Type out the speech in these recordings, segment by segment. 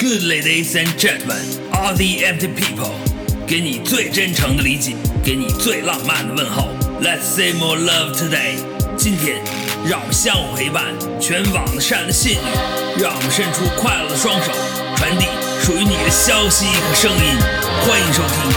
Good ladies and gentlemen, all the empty people， 给你最真诚的理解，给你最浪漫的问候。Let's say more love today。今天，让我们相互陪伴，全网的善的信誉，让我们伸出快乐的双手，传递属于你的消息和声音。欢迎收听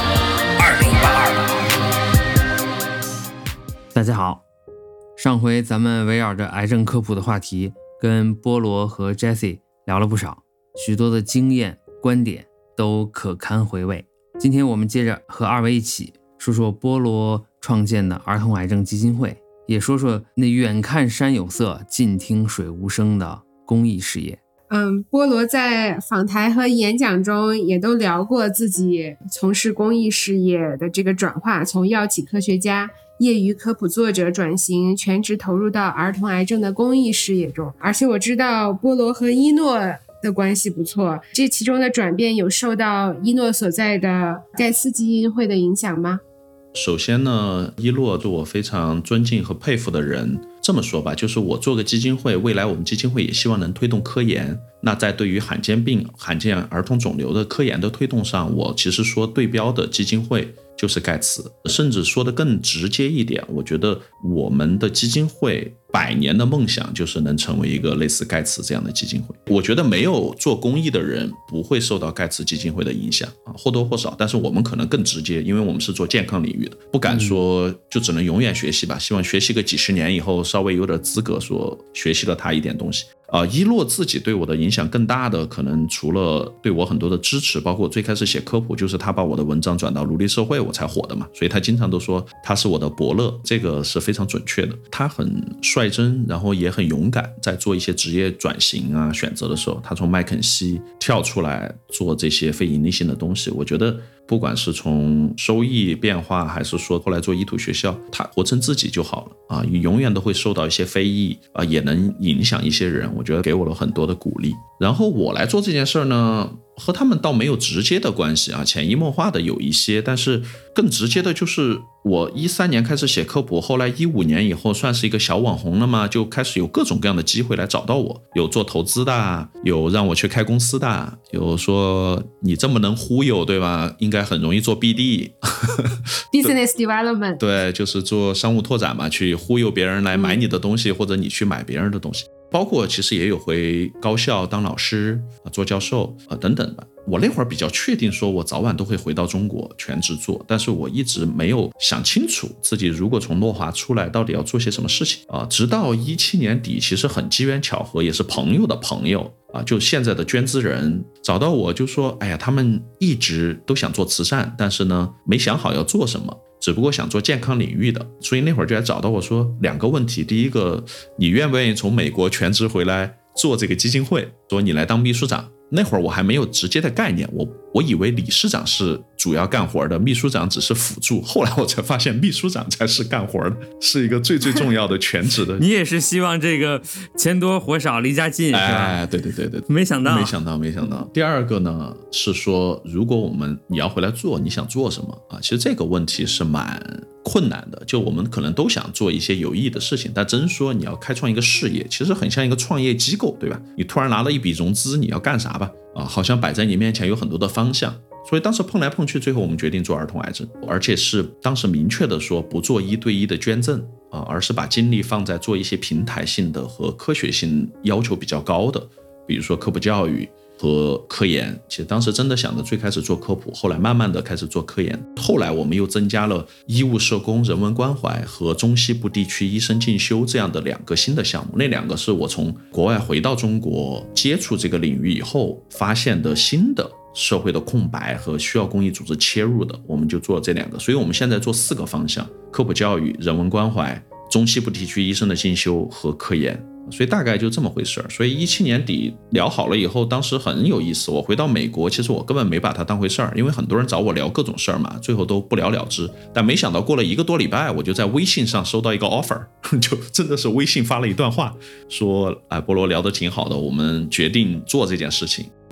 2088。 大家好，上回咱们围绕着癌症科普的话题，跟菠萝和 Jessie 聊了不少，许多的经验观点都可堪回味。今天我们接着和二位一起说说菠萝创建的儿童癌症基金会，也说说那远看山有色，近听水无声的公益事业。 菠萝在访谈和演讲中也都聊过自己从事公益事业的这个转化，从药企科学家、业余科普作者转型全职投入到儿童癌症的公益事业中。而且我知道菠萝和一诺的关系不错，这其中的转变有受到一诺所在的盖茨基金会的影响吗？ 首先呢，一诺是我非常尊敬和佩服的人。这么说吧，就是我做个基金会，未来我们基金会也希望能推动科研。那在对于罕见病、罕见儿童肿瘤的科研的推动上，我其实说对标的基金会就是盖茨。甚至说的更直接一点，我觉得我们的基金会100年的梦想就是能成为一个类似盖茨这样的基金会。我觉得没有做公益的人不会受到盖茨基金会的影响，或多或少，但是我们可能更直接，因为我们是做健康领域的，不敢说就只能永远学习吧，希望学习个几十年以后稍微有点资格说学习了他一点东西。一诺自己对我的影响更大的，可能除了对我很多的支持，包括我最开始写科普，就是他把我的文章转到奴隶社会我才火的嘛，所以他经常都说他是我的伯乐，这个是非常准确的。他很率真，然后也很勇敢，在做一些职业转型啊选择的时候，他从麦肯锡跳出来做这些非盈利性的东西。我觉得不管是从收益变化，还是说后来做医土学校，他活成自己就好了啊，永远都会受到一些非议啊，也能影响一些人，我觉得给我了很多的鼓励。然后我来做这件事呢，和他们倒没有直接的关系啊，潜移默化的有一些，但是更直接的就是我13年开始写科普，后来15年以后算是一个小网红了嘛，就开始有各种各样的机会来找到我，有做投资的，有让我去开公司的，有说你这么能忽悠对吧，应该很容易做 BD Business Development， 对，就是做商务拓展嘛，去忽悠别人来买你的东西，或者你去买别人的东西。包括其实也有回高校当老师、做教授等等吧。我那会儿比较确定说我早晚都会回到中国全职做，但是我一直没有想清楚自己如果从诺华出来到底要做些什么事情直到17年底，其实很机缘巧合，也是朋友的朋友就现在的捐资人找到我，就说哎呀，他们一直都想做慈善，但是呢没想好要做什么，只不过想做健康领域的，所以那会儿就来找到我说2个问题。第一个，你愿不愿意从美国全职回来做这个基金会，说你来当秘书长。那会儿我还没有直接的概念，我以为理事长是主要干活的，秘书长只是辅助，后来我才发现秘书长才是干活的，是一个最重要的全职的。 你也是希望这个钱多活少离家近是吧？ 对， 没想到。 第二个呢是说，如果你要回来做，你想做什么其实这个问题是蛮困难的，就我们可能都想做一些有意义的事情，但真说你要开创一个事业，其实很像一个创业机构，对吧？你突然拿了一笔融资，你要干啥吧？好像摆在你面前有很多的方向，所以当时碰来碰去，最后我们决定做儿童癌症，而且是当时明确的说不做1对1的捐赠而是把精力放在做一些平台性的和科学性要求比较高的，比如说科普教育和科研。其实当时真的想着最开始做科普，后来慢慢的开始做科研，后来我们又增加了医务社工、人文关怀和中西部地区医生进修这样的2个新的项目。那2个是我从国外回到中国接触这个领域以后发现的新的社会的空白和需要公益组织切入的，我们就做了这2个。所以我们现在做4个方向：科普教育、人文关怀、中西部地区医生的进修和科研。所以大概就这么回事。所以17年底聊好了以后，当时很有意思，我回到美国，其实我根本没把它当回事儿，因为很多人找我聊各种事儿嘛，最后都不了了之。但没想到过了1个多礼拜，我就在微信上收到一个 offer， 就真的是微信发了一段话，说菠萝聊得挺好的，我们决定做这件事情。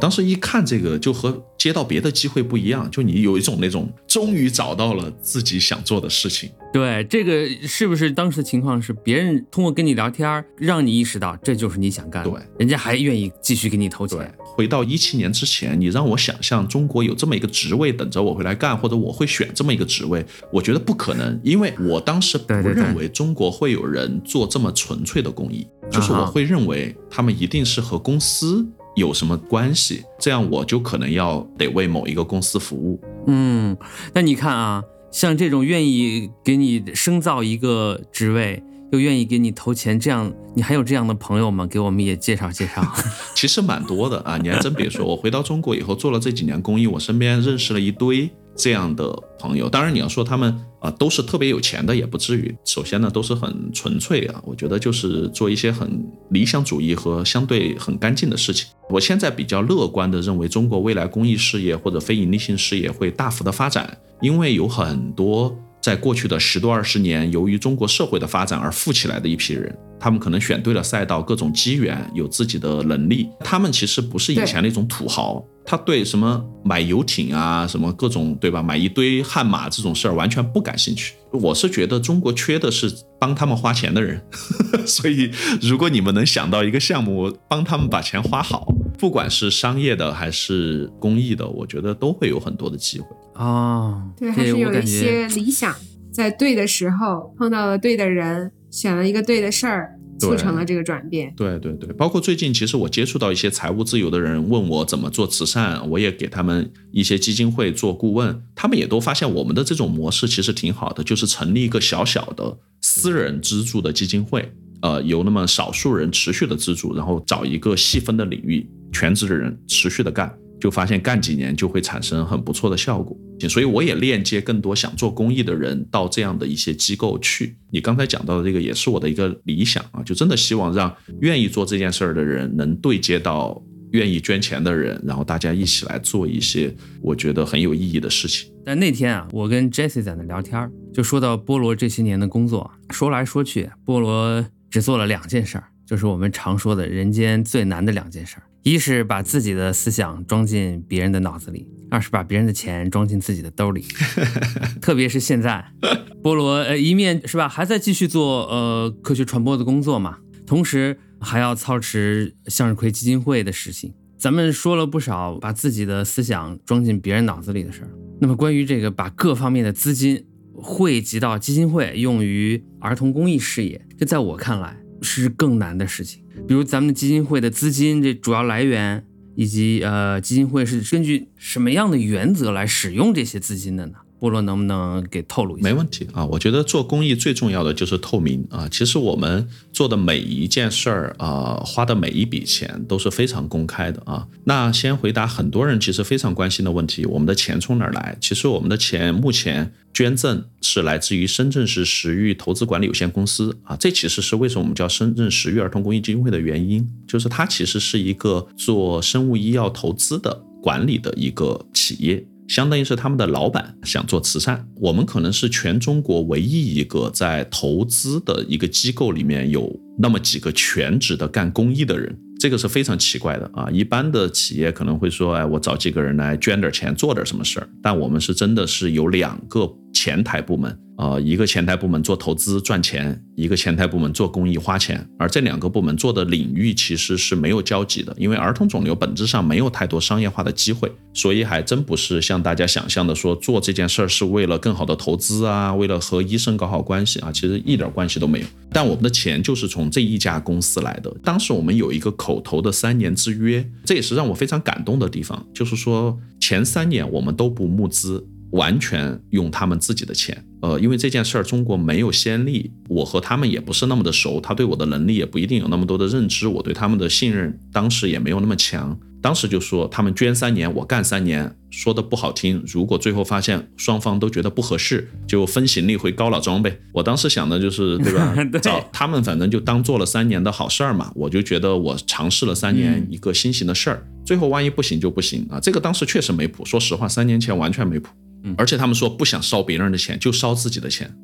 当时一看这个就和接到别的机会不一样，就你有一种那种终于找到了自己想做的事情。 对，这个是不是当时的情况是别人通过跟你聊天让你意识到这就是你想干的， 对， 人家还愿意继续给你投钱。 对，回到17年之前，你让我想象中国有这么一个职位等着我回来干，或者我会选这么一个职位，我觉得不可能，因为我当时不认为中国会有人做这么纯粹的公益，就是我会认为他们一定是和公司有什么关系，这样我就可能得为某一个公司服务。 那你看啊，像这种愿意给你深造一个职位又愿意给你投钱，这样你还有这样的朋友吗？给我们也介绍介绍。 其实蛮多的啊，你还真别说，我回到中国以后做了这几年公益，我身边认识了一堆这样的朋友。当然你要说他们都是特别有钱的也不至于，首先呢都是很纯粹啊，我觉得就是做一些很理想主义和相对很干净的事情。我现在比较乐观的认为中国未来公益事业或者非盈利性事业会大幅的发展，因为有很多在过去的10多20年由于中国社会的发展而富起来的一批人，他们可能选对了赛道，各种机缘，有自己的能力，他们其实不是以前那种土豪，他对什么买游艇啊什么各种对吧，买一堆悍马这种事儿完全不感兴趣。我是觉得中国缺的是帮他们花钱的人所以如果你们能想到一个项目帮他们把钱花好，不管是商业的还是公益的，我觉得都会有很多的机会。 对，还是有一些理想，在对的时候碰到了对的人，选了一个对的事儿，促成了这个转变。 对对对，包括最近其实我接触到一些财务自由的人问我怎么做慈善，我也给他们一些基金会做顾问，他们也都发现我们的这种模式其实挺好的，就是成立一个小小的私人资助的基金会，由那么少数人持续的资助，然后找一个细分的领域，全职的人持续的干，就发现干几年就会产生很不错的效果。所以我也链接更多想做公益的人到这样的一些机构去。你刚才讲到的这个也是我的一个理想啊，就真的希望让愿意做这件事儿的人能对接到愿意捐钱的人，然后大家一起来做一些我觉得很有意义的事情。 但那天啊，我跟 Jessie 在那聊天，就说到菠萝这些年的工作，说来说去，菠萝只做了2件事，就是我们常说的人间最难的2件事。一是把自己的思想装进别人的脑子里，二是把别人的钱装进自己的兜里。特别是现在，菠萝一面是吧，还在继续做科学传播的工作嘛，同时还要操持向日葵基金会的事情。咱们说了不少把自己的思想装进别人脑子里的事儿。那么关于这个把各方面的资金汇集到基金会用于儿童公益事业，这在我看来是更难的事情。比如咱们的基金会的资金这主要来源，以及基金会是根据什么样的原则来使用这些资金的呢？菠萝能不能给透露一下？ 没问题啊，我觉得做公益最重要的就是透明啊。其实我们做的每一件事儿花的每一笔钱都是非常公开的啊。那先回答很多人其实非常关心的问题，我们的钱从哪儿来？其实我们的钱目前捐赠是来自于深圳市时域投资管理有限公司啊，这其实是为什么我们叫深圳时域儿童公益基金会的原因，就是它其实是一个做生物医药投资的管理的一个企业。相当于是他们的老板想做慈善，我们可能是全中国唯一一个在投资的一个机构里面有那么几个全职的干公益的人，这个是非常奇怪的啊！一般的企业可能会说，我找几个人来捐点钱做点什么事儿，但我们是真的是有2个前台部门，一个前台部门做投资赚钱，一个前台部门做公益花钱，而这2个部门做的领域其实是没有交集的，因为儿童肿瘤本质上没有太多商业化的机会，所以还真不是像大家想象的说做这件事儿是为了更好的投资啊，为了和医生搞好关系啊，其实一点关系都没有。但我们的钱就是从这一家公司来的。当时我们有一个口头的3年之约，这也是让我非常感动的地方，就是说前3年我们都不募资，完全用他们自己的钱。因为这件事儿中国没有先例，我和他们也不是那么的熟，他对我的能力也不一定有那么多的认知，我对他们的信任当时也没有那么强。当时就说他们捐3年，我干3年，说的不好听，如果最后发现双方都觉得不合适，就分行李回高老庄呗。我当时想的就是对吧对， 找他们反正就当做了3年的好事儿嘛，我就觉得我尝试了3年一个新型的事儿，最后万一不行就不行啊。这个当时确实没谱，说实话3年前完全没谱。而且他们说不想烧别人的钱，就烧自己的钱。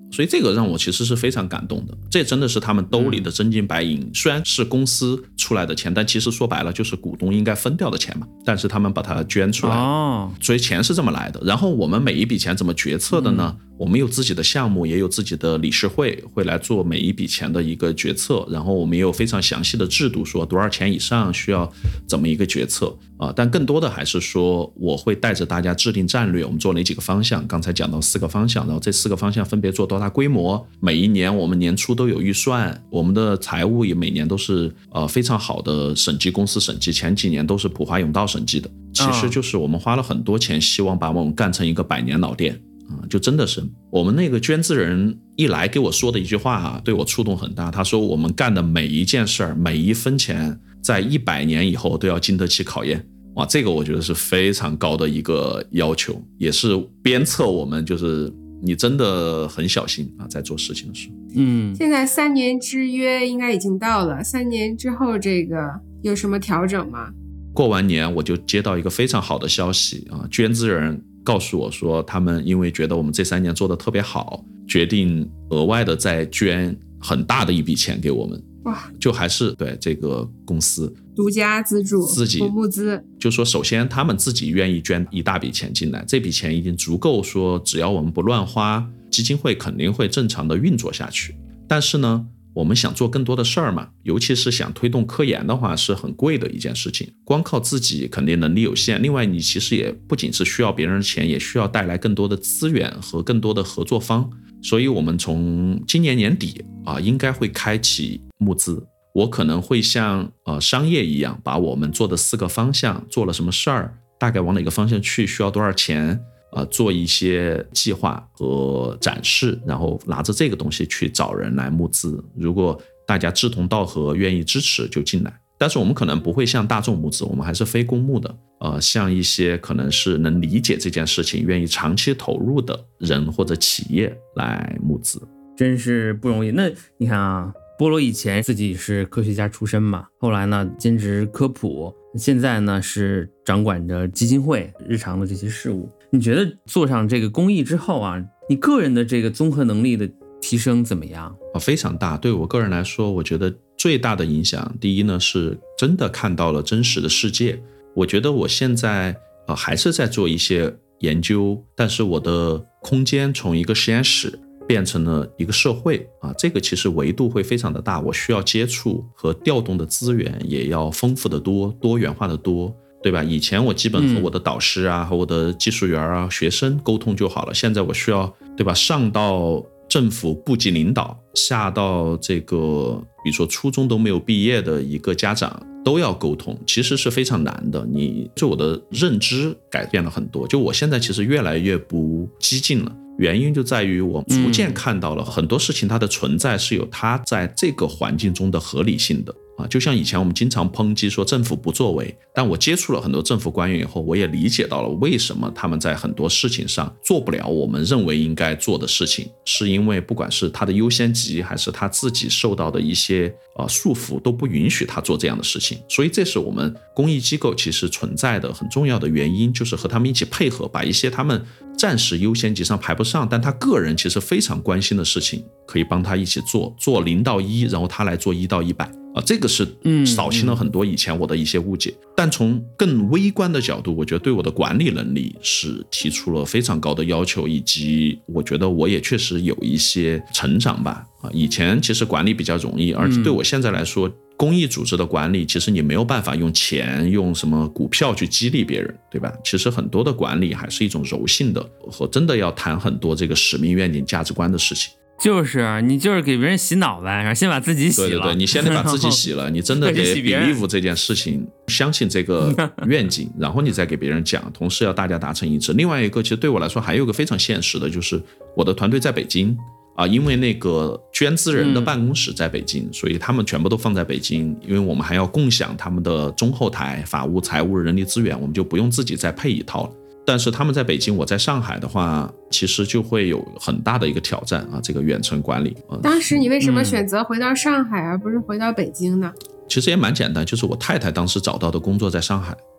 所以这个让我其实是非常感动的，这真的是他们兜里的真金白银，虽然是公司出来的钱，但其实说白了就是股东应该分掉的钱嘛，但是他们把它捐出来，所以钱是这么来的。然后我们每一笔钱怎么决策的呢？我们有自己的项目，也有自己的理事会来做每一笔钱的一个决策，然后我们也有非常详细的制度，说多少钱以上需要怎么一个决策但更多的还是说我会带着大家制定战略，我们做哪几个方向，刚才讲到4个方向，然后这4个方向分别做多大规模，每一年我们年初都有预算，我们的财务也每年都是非常好的审计公司审计，前几年都是普华永道审计的，其实就是我们花了很多钱，希望把我们干成一个100年老店就真的是我们那个捐资人一来给我说的一句话对我触动很大，他说我们干的每一件事儿，每一分钱在100年以后都要经得起考验。哇，这个我觉得是非常高的一个要求，也是鞭策我们，就是你真的很小心在做事情的时候。 现在3年之约应该已经到了，3年之后这个有什么调整吗？ 过完年我就接到一个非常好的消息捐资人告诉我说，他们因为觉得我们这3年做得特别好，决定额外的再捐很大的一笔钱给我们。哇，就还是对这个公司独家资助， 自己募资， 就说首先他们自己愿意捐一大笔钱进来，这笔钱已经足够说只要我们不乱花，基金会肯定会正常的运作下去。但是呢，我们想做更多的事儿嘛，尤其是想推动科研的话，是很贵的一件事情，光靠自己肯定能力有限，另外你其实也不仅是需要别人的钱，也需要带来更多的资源和更多的合作方。所以我们从今年年底应该会开启募资，我可能会像商业一样，把我们做的4个方向，做了什么事儿，大概往哪个方向去，需要多少钱做一些计划和展示，然后拿着这个东西去找人来募资，如果大家志同道合愿意支持就进来。但是我们可能不会像大众募资，我们还是非公募的像一些可能是能理解这件事情愿意长期投入的人或者企业来募资。 真是不容易。那你看菠萝以前自己是科学家出身嘛，后来呢兼职科普，现在呢是掌管着基金会日常的这些事务。你觉得做上这个公益之后你个人的这个综合能力的提升怎么样？ 非常大。对我个人来说，我觉得最大的影响，第一呢是真的看到了真实的世界。我觉得我现在还是在做一些研究，但是我的空间从一个实验室变成了一个社会这个其实维度会非常的大，我需要接触和调动的资源也要丰富的多，多元化的多，对吧？以前我基本和我的导师和我的技术员学生沟通就好了，现在我需要，对吧，上到政府部级领导，下到这个比如说初中都没有毕业的一个家长都要沟通，其实是非常难的。你就我的认知改变了很多，就我现在其实越来越不激进了，原因就在于我逐渐看到了很多事情它的存在是有它在这个环境中的合理性的就像以前我们经常抨击说政府不作为，但我接触了很多政府官员以后，我也理解到了为什么他们在很多事情上做不了我们认为应该做的事情，是因为不管是他的优先级还是他自己受到的一些束缚都不允许他做这样的事情。所以这是我们公益机构其实存在的很重要的原因，就是和他们一起配合，把一些他们暂时优先级上排不上但他个人其实非常关心的事情可以帮他一起做0到1，然后他来做1到100这个是扫清了很多以前我的一些误解。但从更微观的角度，我觉得对我的管理能力是提出了非常高的要求，以及我觉得我也确实有一些成长吧以前其实管理比较容易，而且对我现在来说公益组织的管理其实你没有办法用钱用什么股票去激励别人，对吧？其实很多的管理还是一种柔性的，和真的要谈很多这个使命愿景价值观的事情。 就是你就是给别人洗脑呗，然后先把自己洗了。 对对对，你先得把自己洗了，你真的得 believe 这件事情，相信这个愿景，然后你再给别人讲，同时要大家达成一致。另外一个其实对我来说还有一个非常现实的，就是我的团队在北京因为那个捐资人的办公室在北京所以他们全部都放在北京，因为我们还要共享他们的中后台法务财务人力资源，我们就不用自己再配一套了。但是他们在北京，我在上海的话其实就会有很大的一个挑战这个远程管理当时你为什么选择回到上海而不是回到北京呢？ 其实也蛮简单，就是我太太当时找到的工作在上海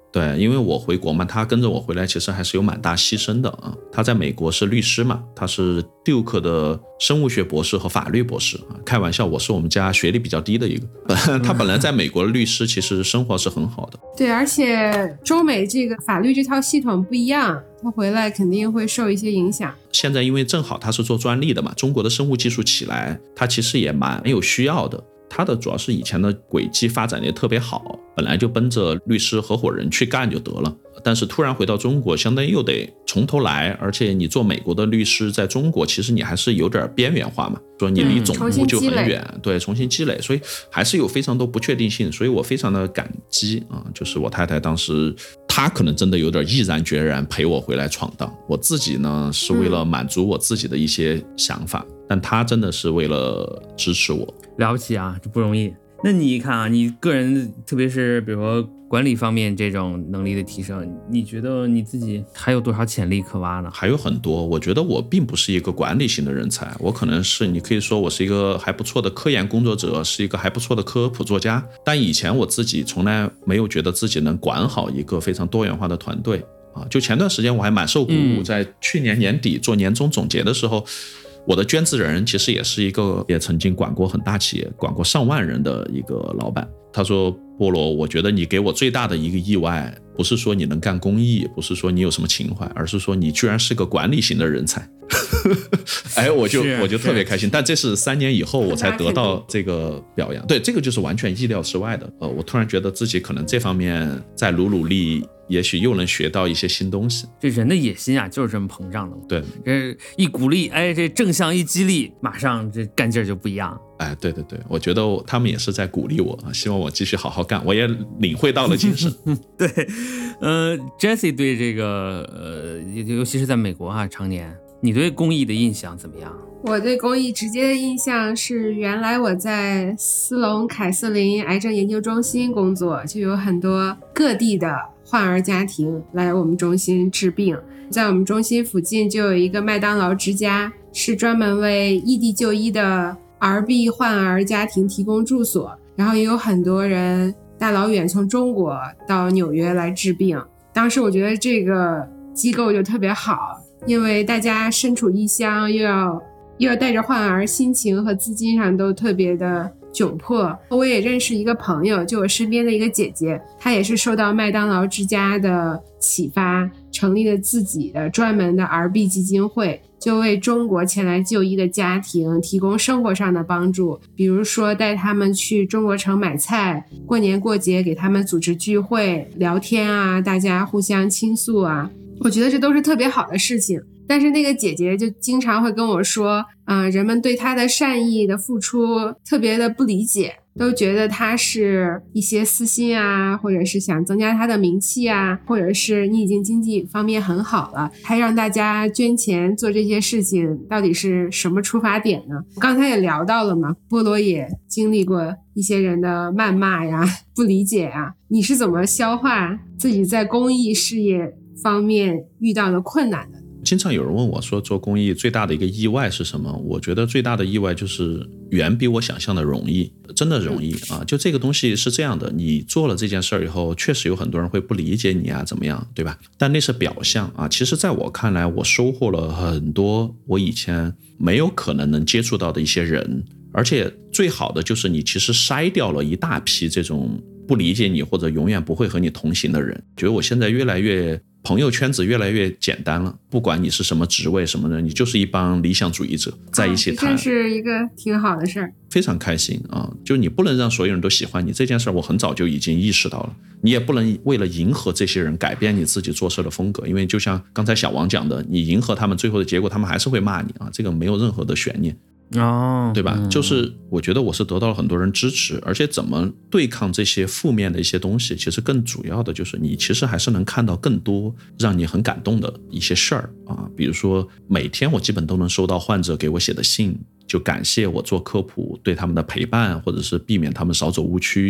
对，因为我回国嘛，他跟着我回来其实还是有蛮大牺牲的啊。他在美国是律师嘛，他是Duke的生物学博士和法律博士啊。开玩笑，我是我们家学历比较低的一个。他本来在美国的律师，其实生活是很好的。 对，而且中美这个法律这套系统不一样，他回来肯定会受一些影响。 现在因为正好他是做专利的嘛，中国的生物技术起来，他其实也蛮有需要的。他的主要是以前的轨迹发展也特别好，本来就奔着律师合伙人去干就得了，但是突然回到中国相当于又得从头来，而且你做美国的律师在中国其实你还是有点边缘化嘛，说你离总部就很远，对，重新积累，所以还是有非常多不确定性，所以我非常的感激啊，就是我太太当时她可能真的有点毅然决然陪我回来闯荡，我自己呢是为了满足我自己的一些想法，但她真的是为了支持我。 了不起啊，这不容易。那你看啊，你个人特别是比如说管理方面这种能力的提升，你觉得你自己还有多少潜力可挖呢？ 还有很多，我觉得我并不是一个管理型的人才，我可能是，你可以说我是一个还不错的科研工作者，是一个还不错的科普作家，但以前我自己从来没有觉得自己能管好一个非常多元化的团队啊。就前段时间我还蛮受鼓舞，在去年年底做年终总结的时候，我的捐资人其实也是一个也曾经管过很大企业，管过上万人的一个老板。他说，菠萝，我觉得你给我最大的一个意外，不是说你能干公益，不是说你有什么情怀，而是说你居然是个管理型的人才。哎，我就特别开心，但这是3年以后我才得到这个表扬。对，这个就是完全意料之外的。我突然觉得自己可能这方面再努力，也许又能学到一些新东西。 这人的野心啊，就是这么膨胀的。 对， 这一鼓励，哎，这正向一激励，马上这干劲儿就不一样。 哎，对对对，我觉得他们也是在鼓励我，希望我继续好好干，我也领会到了精神。 对，Jessie 对这个尤其是在美国常年，你对公益的印象怎么样？ 我对公益直接的印象是，原来我在斯隆凯瑟琳癌症研究中心工作，就有很多各地的患儿家庭来我们中心治病。在我们中心附近就有一个麦当劳之家，是专门为异地就医的儿病患儿家庭提供住所，然后也有很多人大老远从中国到纽约来治病。当时我觉得这个机构就特别好，因为大家身处异乡，又要带着患儿，心情和资金上都特别的窘迫。我也认识一个朋友，就我身边的一个姐姐，她也是受到麦当劳之家的启发，成立了自己的专门的儿病基金会，就为中国前来就医的家庭提供生活上的帮助，比如说带他们去中国城买菜，过年过节给他们组织聚会聊天啊，大家互相倾诉啊，我觉得这都是特别好的事情。但是那个姐姐就经常会跟我说，人们对她的善意的付出特别的不理解，都觉得她是一些私心啊，或者是想增加她的名气啊，或者是你已经经济方面很好了，还让大家捐钱做这些事情，到底是什么出发点呢？刚才也聊到了嘛，菠萝也经历过一些人的谩骂呀、不理解呀，你是怎么消化自己在公益事业方面遇到的困难的？ 经常有人问我说，做公益最大的一个意外是什么？我觉得最大的意外就是远比我想象的容易，真的容易啊！就这个东西是这样的，你做了这件事儿以后，确实有很多人会不理解你啊，怎么样，对吧？但那是表象啊。其实在我看来，我收获了很多我以前没有可能能接触到的一些人，而且最好的就是你其实筛掉了一大批这种不理解你或者永远不会和你同行的人。觉得我现在越来越朋友圈子越来越简单了，不管你是什么职位什么的，你就是一帮理想主义者在一起谈， 这是一个挺好的事儿， 非常开心啊！就你不能让所有人都喜欢你这件事儿，我很早就已经意识到了。你也不能为了迎合这些人改变你自己做事的风格，因为就像刚才小王讲的，你迎合他们，最后的结果他们还是会骂你啊，这个没有任何的悬念。对吧？就是我觉得我是得到了很多人支持，而且怎么对抗这些负面的一些东西，其实更主要的就是你其实还是能看到更多让你很感动的一些事儿啊。比如说每天我基本都能收到患者给我写的信，就感谢我做科普对他们的陪伴，或者是避免他们少走误区，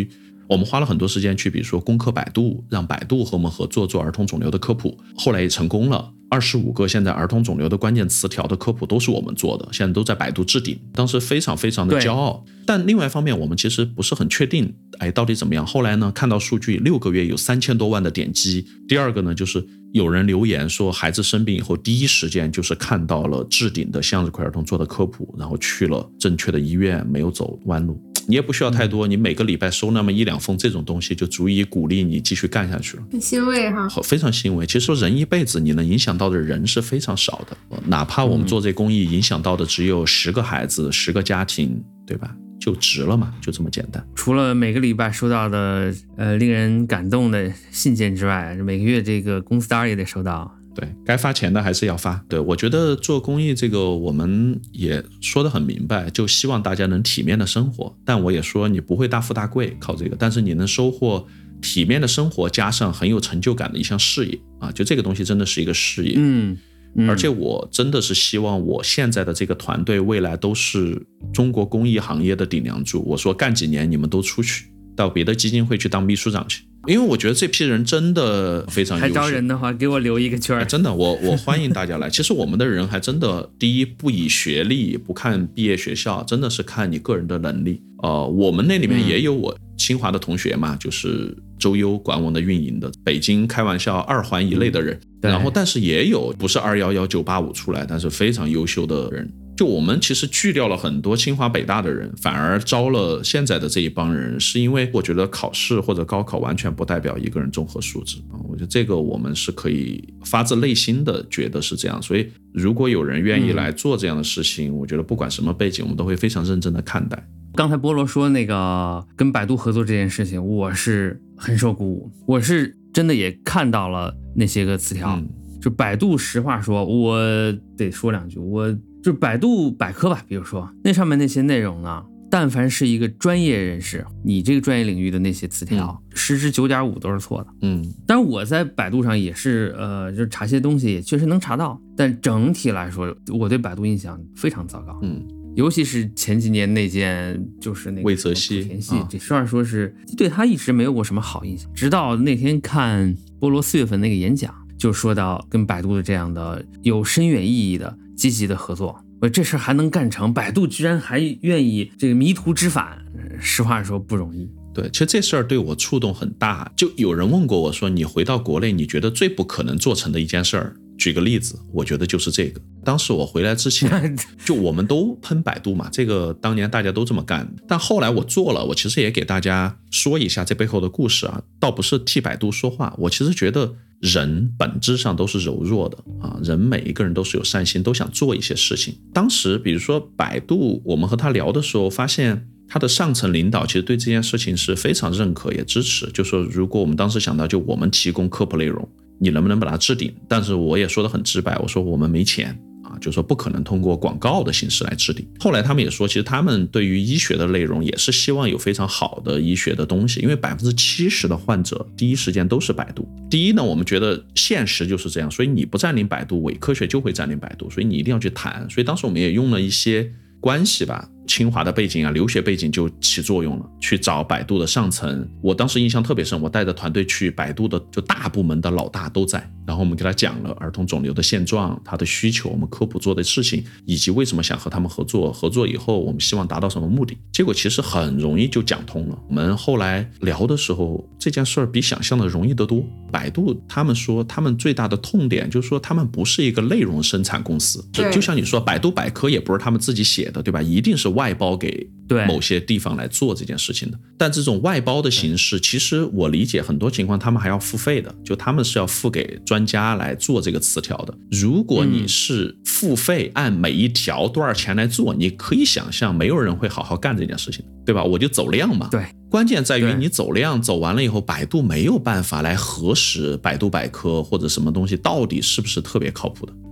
我们花了很多时间去比如说攻克百度，让百度和我们合作做儿童肿瘤的科普，后来也成功了。25个现在儿童肿瘤的关键词条的科普都是我们做的，现在都在百度置顶，当时非常非常的骄傲。但另外一方面我们其实不是很确定到底怎么样。后来呢看到数据6个月有3000多万的点击。第二个呢就是有人留言说孩子生病以后第一时间就是看到了置顶的向日葵儿童做的科普，然后去了正确的医院，没有走弯路。你也不需要太多，你每个礼拜收那么1-2封这种东西就足以鼓励你继续干下去了。 很欣慰哈， 非常欣慰。其实说人一辈子你能影响到的人是非常少的，哪怕我们做这公益影响到的只有10个孩子10个家庭，对吧，就值了嘛，就这么简单。 除了每个礼拜收到的令人感动的信件之外，每个月这个公司单也得收到。 对，该发钱的还是要发。对，我觉得做公益这个我们也说得很明白，就希望大家能体面的生活，但我也说你不会大富大贵靠这个，但是你能收获体面的生活加上很有成就感的一项事业啊，就这个东西真的是一个事业。而且我真的是希望我现在的这个团队未来都是中国公益行业的顶梁柱。我说干几年你们都出去到别的基金会去当秘书长去，因为我觉得这批人真的非常优秀。 还招人的话给我留一个圈。 真的我欢迎大家来。其实我们的人还真的第一不以学历，不看毕业学校，真的是看你个人的能力。我们那里面也有我清华的同学嘛，就是周优管我们的运营的，北京开玩笑2环以内的人。然后但是也有不是211 985出来但是非常优秀的人。就我们其实拒掉了很多清华北大的人，反而招了现在的这一帮人，是因为我觉得考试或者高考完全不代表一个人综合素质。我觉得这个我们是可以发自内心的觉得是这样。所以如果有人愿意来做这样的事情，我觉得不管什么背景我们都会非常认真的看待。 刚才菠萝说那个跟百度合作这件事情，我是很受鼓舞，我是真的也看到了那些个词条。就百度实话说，我得说两句，就百度百科吧，比如说那上面那些内容呢，但凡是一个专业人士，你这个专业领域的那些词条，10之9.5都是错的。当然我在百度上也是就是查些东西也确实能查到，但整体来说我对百度印象非常糟糕。尤其是前几年那件就是那个魏则西田系，这实话说是对他一直没有过什么好印象，直到那天看菠萝4月份那个演讲，就说到跟百度的这样的有深远意义的积极的合作，这事还能干成，百度居然还愿意这个迷途知返，实话说不容易。 对，其实这事儿对我触动很大。就有人问过我说，你回到国内你觉得最不可能做成的一件事儿，举个例子，我觉得就是这个。当时我回来之前就我们都喷百度嘛，这个当年大家都这么干，但后来我做了，我其实也给大家说一下这背后的故事啊，倒不是替百度说话，我其实觉得人本质上都是柔弱的啊，人每一个人都是有善心，都想做一些事情。当时比如说百度，我们和他聊的时候发现他的上层领导其实对这件事情是非常认可也支持，就说如果我们当时想到就我们提供科普内容，你能不能把它置顶，但是我也说得很直白，我说我们没钱啊，就说不可能通过广告的形式来置顶。后来他们也说其实他们对于医学的内容也是希望有非常好的医学的东西，因为 70% 的患者第一时间都是百度。第一呢，我们觉得现实就是这样，所以你不占领百度，伪科学就会占领百度，所以你一定要去谈。所以当时我们也用了一些关系吧，清华的背景啊，留学背景就起作用了，去找百度的上层。我当时印象特别深，我带着团队去百度的就大部门的老大都在，然后我们给他讲了儿童肿瘤的现状，他的需求，我们科普做的事情，以及为什么想和他们合作，合作以后我们希望达到什么目的。结果其实很容易就讲通了。我们后来聊的时候，这件事儿比想象的容易得多。百度他们说他们最大的痛点就是说他们不是一个内容生产公司，就像你说百度百科也不是他们自己写的，对吧？一定是外包给某些地方来做这件事情的。但这种外包的形式，其实我理解很多情况他们还要付费的，就他们是要付给专家来做这个词条的。如果你是付费按每一条多少钱来做，你可以想象没有人会好好干这件事情，对吧？我就走量嘛。 对， 关键在于你走量走完了以后，百度没有办法来核实百度百科或者什么东西到底是不是特别靠谱的。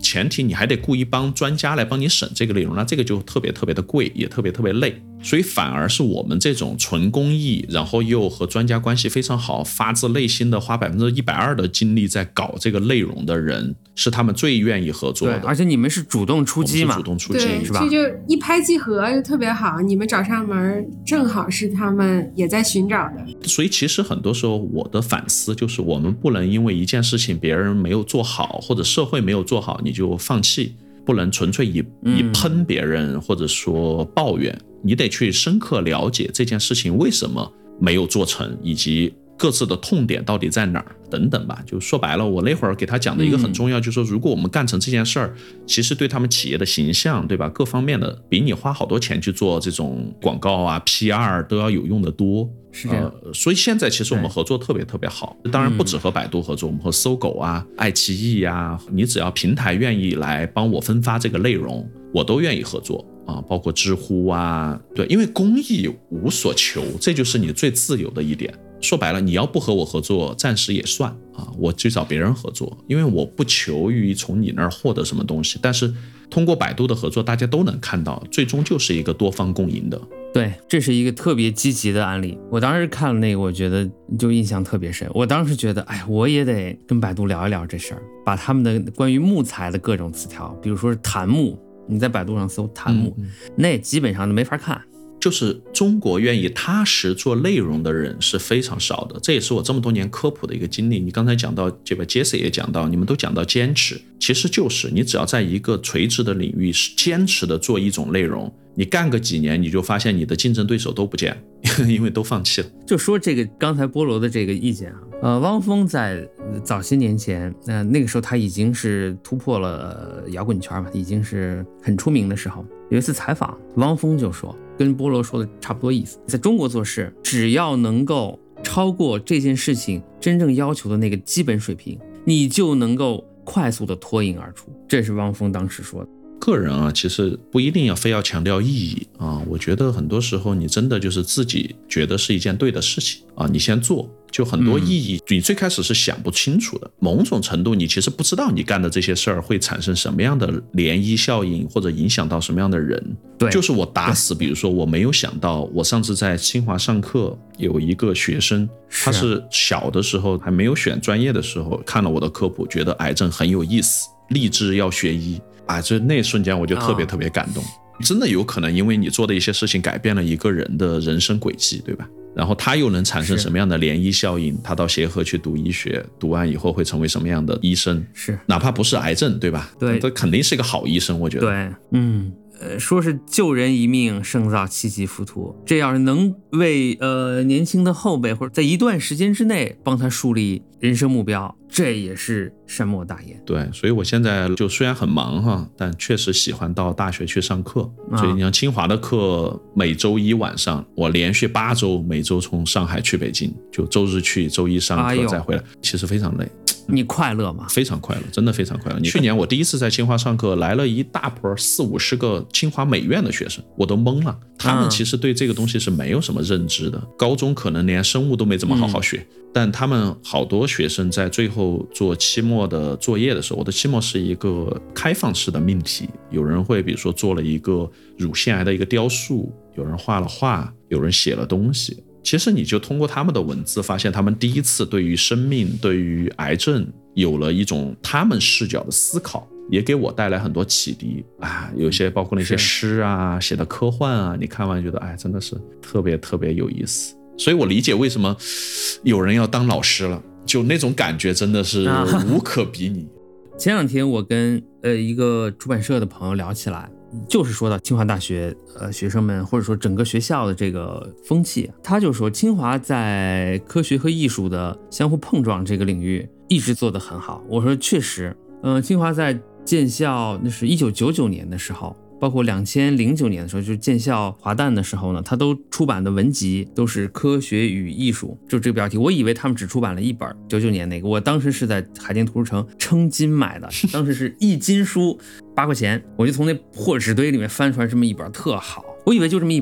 前提你还得雇一帮专家来帮你审这个内容，那这个就特别特别的贵，也特别特别累。所以反而是我们这种纯公益，然后又和专家关系非常好，发自内心的花120%的精力在搞这个内容的人，是他们最愿意合作的。 对，而且你们是主动出击嘛， 主动出击是吧？ 这就一拍即合，就特别好。你们找上门，正好是他们也在寻找的。 所以其实很多时候我的反思就是，我们不能因为一件事情别人没有做好，或者社会没有做好，你就放弃。不能纯粹以喷别人或者说抱怨，你得去深刻了解这件事情为什么没有做成，以及各自的痛点到底在哪儿等等吧。就说白了，我那会儿给他讲的一个很重要，就是说如果我们干成这件事儿，其实对他们企业的形象，对吧，各方面的比你花好多钱去做这种广告啊 PR 都要有用的多。 是这样， 所以现在其实我们合作特别特别好，当然不只和百度合作，我们和搜狗啊、爱奇艺啊，你只要平台愿意来帮我分发这个内容，我都愿意合作啊，包括知乎啊，对，因为公益无所求，这就是你最自由的一点。说白了，你要不和我合作，暂时也算啊，我去找别人合作，因为我不求于从你那儿获得什么东西，但是通过百度的合作，大家都能看到，最终就是一个多方共赢的。 对，这是一个特别积极的案例。我当时看了那个，我觉得就印象特别深。我当时觉得，哎，我也得跟百度聊一聊这事儿，把他们的关于木材的各种词条，比如说是檀木，你在百度上搜檀木，那基本上都没法看。 就是中国愿意踏实做内容的人是非常少的，这也是我这么多年科普的一个经历。你刚才讲到，这个 Jesse 也讲到，你们都讲到坚持，其实就是你只要在一个垂直的领域坚持的做一种内容，你干个几年，你就发现你的竞争对手都不见了，因为都放弃了。 就说这个刚才菠萝的这个意见啊，汪峰在早些年前，那个时候他已经是突破了摇滚圈嘛，已经是很出名的时候。有一次采访，汪峰就说，跟菠萝说的差不多意思，在中国做事，只要能够超过这件事情真正要求的那个基本水平，你就能够快速的脱颖而出。这是汪峰当时说的。 个人啊，其实不一定要非要强调意义啊，我觉得很多时候你真的就是自己觉得是一件对的事情啊，你先做，就很多意义你最开始是想不清楚的，某种程度你其实不知道你干的这些事儿会产生什么样的涟漪效应，或者影响到什么样的人。 对， 就是我打死，比如说我没有想到，我上次在清华上课，有一个学生，他是小的时候还没有选专业的时候，看了我的科普，觉得癌症很有意思，立志要学医啊，就那瞬间我就特别特别感动。真的有可能因为你做的一些事情改变了一个人的人生轨迹，对吧？然后他又能产生什么样的涟漪效应，他到协和去读医学，读完以后会成为什么样的医生， 是哪怕不是癌症，对吧？ 对， 这肯定是个好医生，我觉得。 对，说是救人一命胜造七级浮屠，这要是能为年轻的后辈或者在一段时间之内帮他树立人生目标，这也是善莫大焉。 对，所以我现在就虽然很忙哈，但确实喜欢到大学去上课。所以你像清华的课，每周一晚上我连续8周，每周从上海去北京，就周日去，周一上课再回来，其实非常累。 你快乐吗？ 非常快乐，真的非常快乐。去年我第一次在清华上课，来了一大波40-50个清华美院的学生，我都懵了。他们其实对这个东西是没有什么认知的，高中可能连生物都没怎么好好学。但他们好多学生在最后做期末的作业的时候，我的期末是一个开放式的命题，有人会比如说做了一个乳腺癌的一个雕塑，有人画了画，有人写了东西。其实你就通过他们的文字发现，他们第一次对于生命，对于癌症有了一种他们视角的思考，也给我带来很多启迪啊。有些包括那些诗啊，写的科幻啊，你看完觉得真的是特别特别有意思。所以我理解为什么有人要当老师了，就那种感觉真的是无可比拟。 前两天我跟一个出版社的朋友聊起来，就是说到清华大学学生们或者说整个学校的这个风气，他就说清华在科学和艺术的相互碰撞这个领域一直做得很好。我说确实，清华在建校那是1999年的时候，包括2009年的时候，就是建校华诞的时候呢，他都出版的文集都是科学与艺术，就这个标题。我以为他们只出版了一本，99年那个，我当时是在海淀图书城称斤买的，当时是1斤书8块钱，我就从那破纸堆里面翻出来这么一本，特好。我以为就这么一本，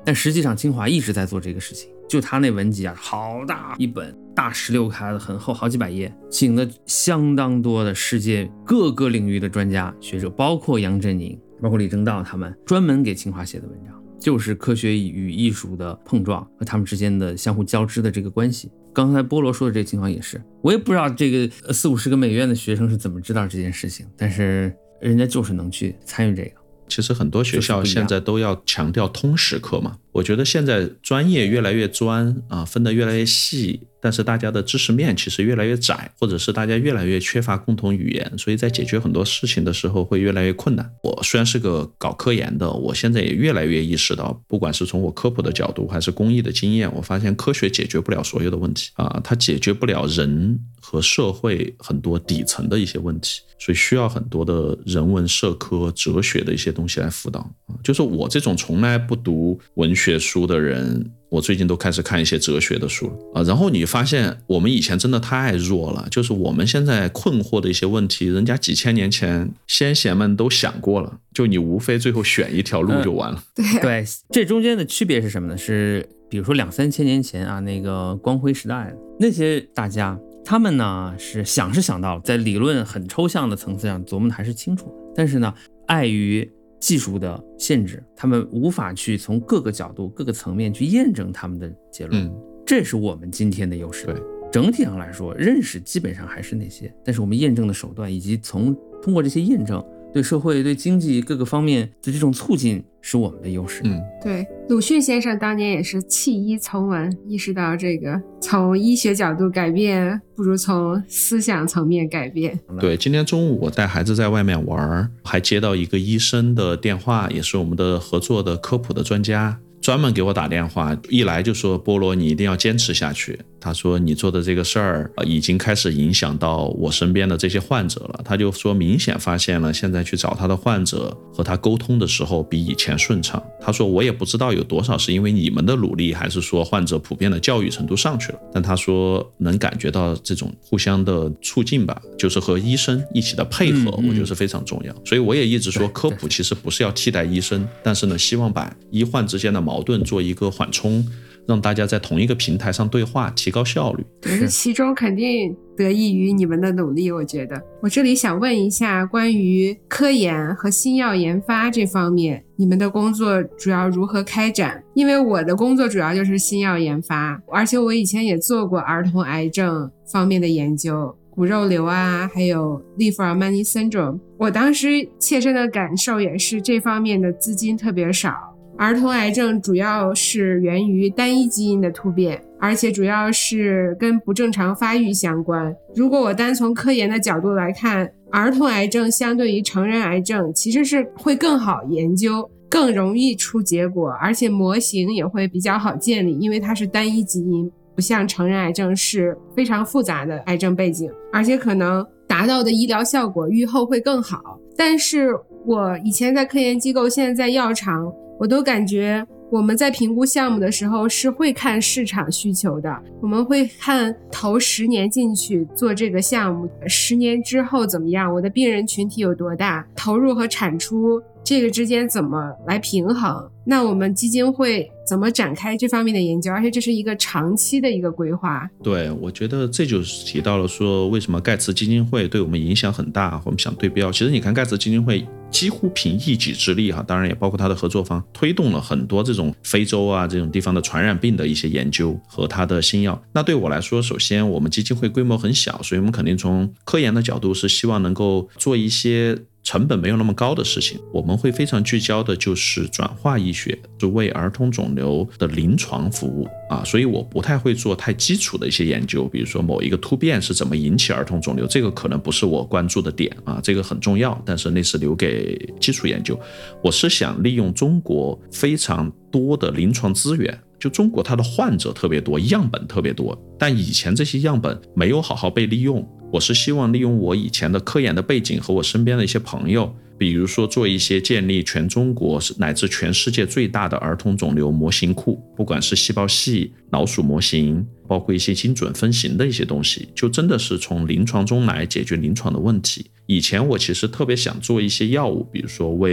但实际上清华一直在做这个事情，就他那文集啊，好大一本，大16开的，很厚，好几百页，请了相当多的世界各个领域的专家学者，包括杨振宁，包括李政道，他们专门给清华写的文章，就是科学与艺术的碰撞和他们之间的相互交织的这个关系。刚才菠萝说的这个情况也是，我也不知道这个40-50个美院的学生是怎么知道这件事情，但是人家就是能去参与这个。 其实很多学校现在都要强调通识课嘛，我觉得现在专业越来越专啊，分得越来越细，但是大家的知识面其实越来越窄，或者是大家越来越缺乏共同语言，所以在解决很多事情的时候会越来越困难。我虽然是个搞科研的，我现在也越来越意识到，不管是从我科普的角度还是公益的经验，我发现科学解决不了所有的问题啊，它解决不了人和社会很多底层的一些问题，所以需要很多的人文社科哲学的一些东西来辅导。就是我这种从来不读文学书的人，我最近都开始看一些哲学的书了然后你发现我们以前真的太弱了，就是我们现在困惑的一些问题，人家几千年前先贤们都想过了，就你无非最后选一条路就完了。 对，这中间的区别是什么呢？是比如说2-3千年前啊，那个光辉时代那些大家，他们呢是想到了，在理论很抽象的层次上琢磨的还是清楚的，但是呢碍于技术的限制，他们无法去从各个角度各个层面去验证他们的结论这是我们今天的优势。 对， 整体上来说认识基本上还是那些，但是我们验证的手段以及通过这些验证对社会对经济各个方面的这种促进是我们的优势。 对，鲁迅先生当年也是弃医从文，意识到这个从医学角度改变不如从思想层面改变。 对，今天中午我带孩子在外面玩，还接到一个医生的电话，也是我们的合作的科普的专家，专门给我打电话，一来就说菠萝你一定要坚持下去，他说你做的这个事儿已经开始影响到我身边的这些患者了，他就说明显发现了现在去找他的患者和他沟通的时候比以前顺畅，他说我也不知道有多少是因为你们的努力，还是说患者普遍的教育程度上去了，但他说能感觉到这种互相的促进吧，就是和医生一起的配合我觉得是非常重要。所以我也一直说科普其实不是要替代医生，但是呢希望把医患之间的矛盾做一个缓冲，让大家在同一个平台上对话，提高效率。 对，其中肯定得益于你们的努力。我觉得我这里想问一下，关于科研和新药研发这方面，你们的工作主要如何开展？因为我的工作主要就是新药研发，而且我以前也做过儿童癌症方面的研究，骨肉瘤啊，还有利弗尔曼尼 syndrome。 我当时切身的感受也是这方面的资金特别少，儿童癌症主要是源于单一基因的突变，而且主要是跟不正常发育相关。如果我单从科研的角度来看，儿童癌症相对于成人癌症其实是会更好研究，更容易出结果，而且模型也会比较好建立，因为它是单一基因，不像成人癌症是非常复杂的癌症背景，而且可能达到的医疗效果预后会更好。但是我以前在科研机构，现在在药厂，我都感觉我们在评估项目的时候是会看市场需求的，我们会看投10年进去做这个项目，10年之后怎么样，我的病人群体有多大，投入和产出这个之间怎么来平衡，那我们基金会怎么展开这方面的研究，而且这是一个长期的一个规划。 对，我觉得这就是提到了说为什么盖茨基金会对我们影响很大，我们想对标。其实你看盖茨基金会几乎凭一己之力当然也包括他的合作方，推动了很多这种非洲啊这种地方的传染病的一些研究和他的新药。那对我来说，首先我们基金会规模很小，所以我们肯定从科研的角度是希望能够做一些成本没有那么高的事情，我们会非常聚焦的就是转化医学，是为儿童肿瘤的临床服务所以我不太会做太基础的一些研究，比如说某一个突变是怎么引起儿童肿瘤，这个可能不是我关注的点这个很重要，但是那是留给基础研究。我是想利用中国非常多的临床资源，就中国它的患者特别多，样本特别多，但以前这些样本没有好好被利用。我是希望利用我以前的科研的背景和我身边的一些朋友，比如说做一些建立全中国乃至全世界最大的儿童肿瘤模型库，不管是细胞系、老鼠模型，包括一些精准分型的一些东西，就真的是从临床中来解决临床的问题。以前我其实特别想做一些药物，比如说为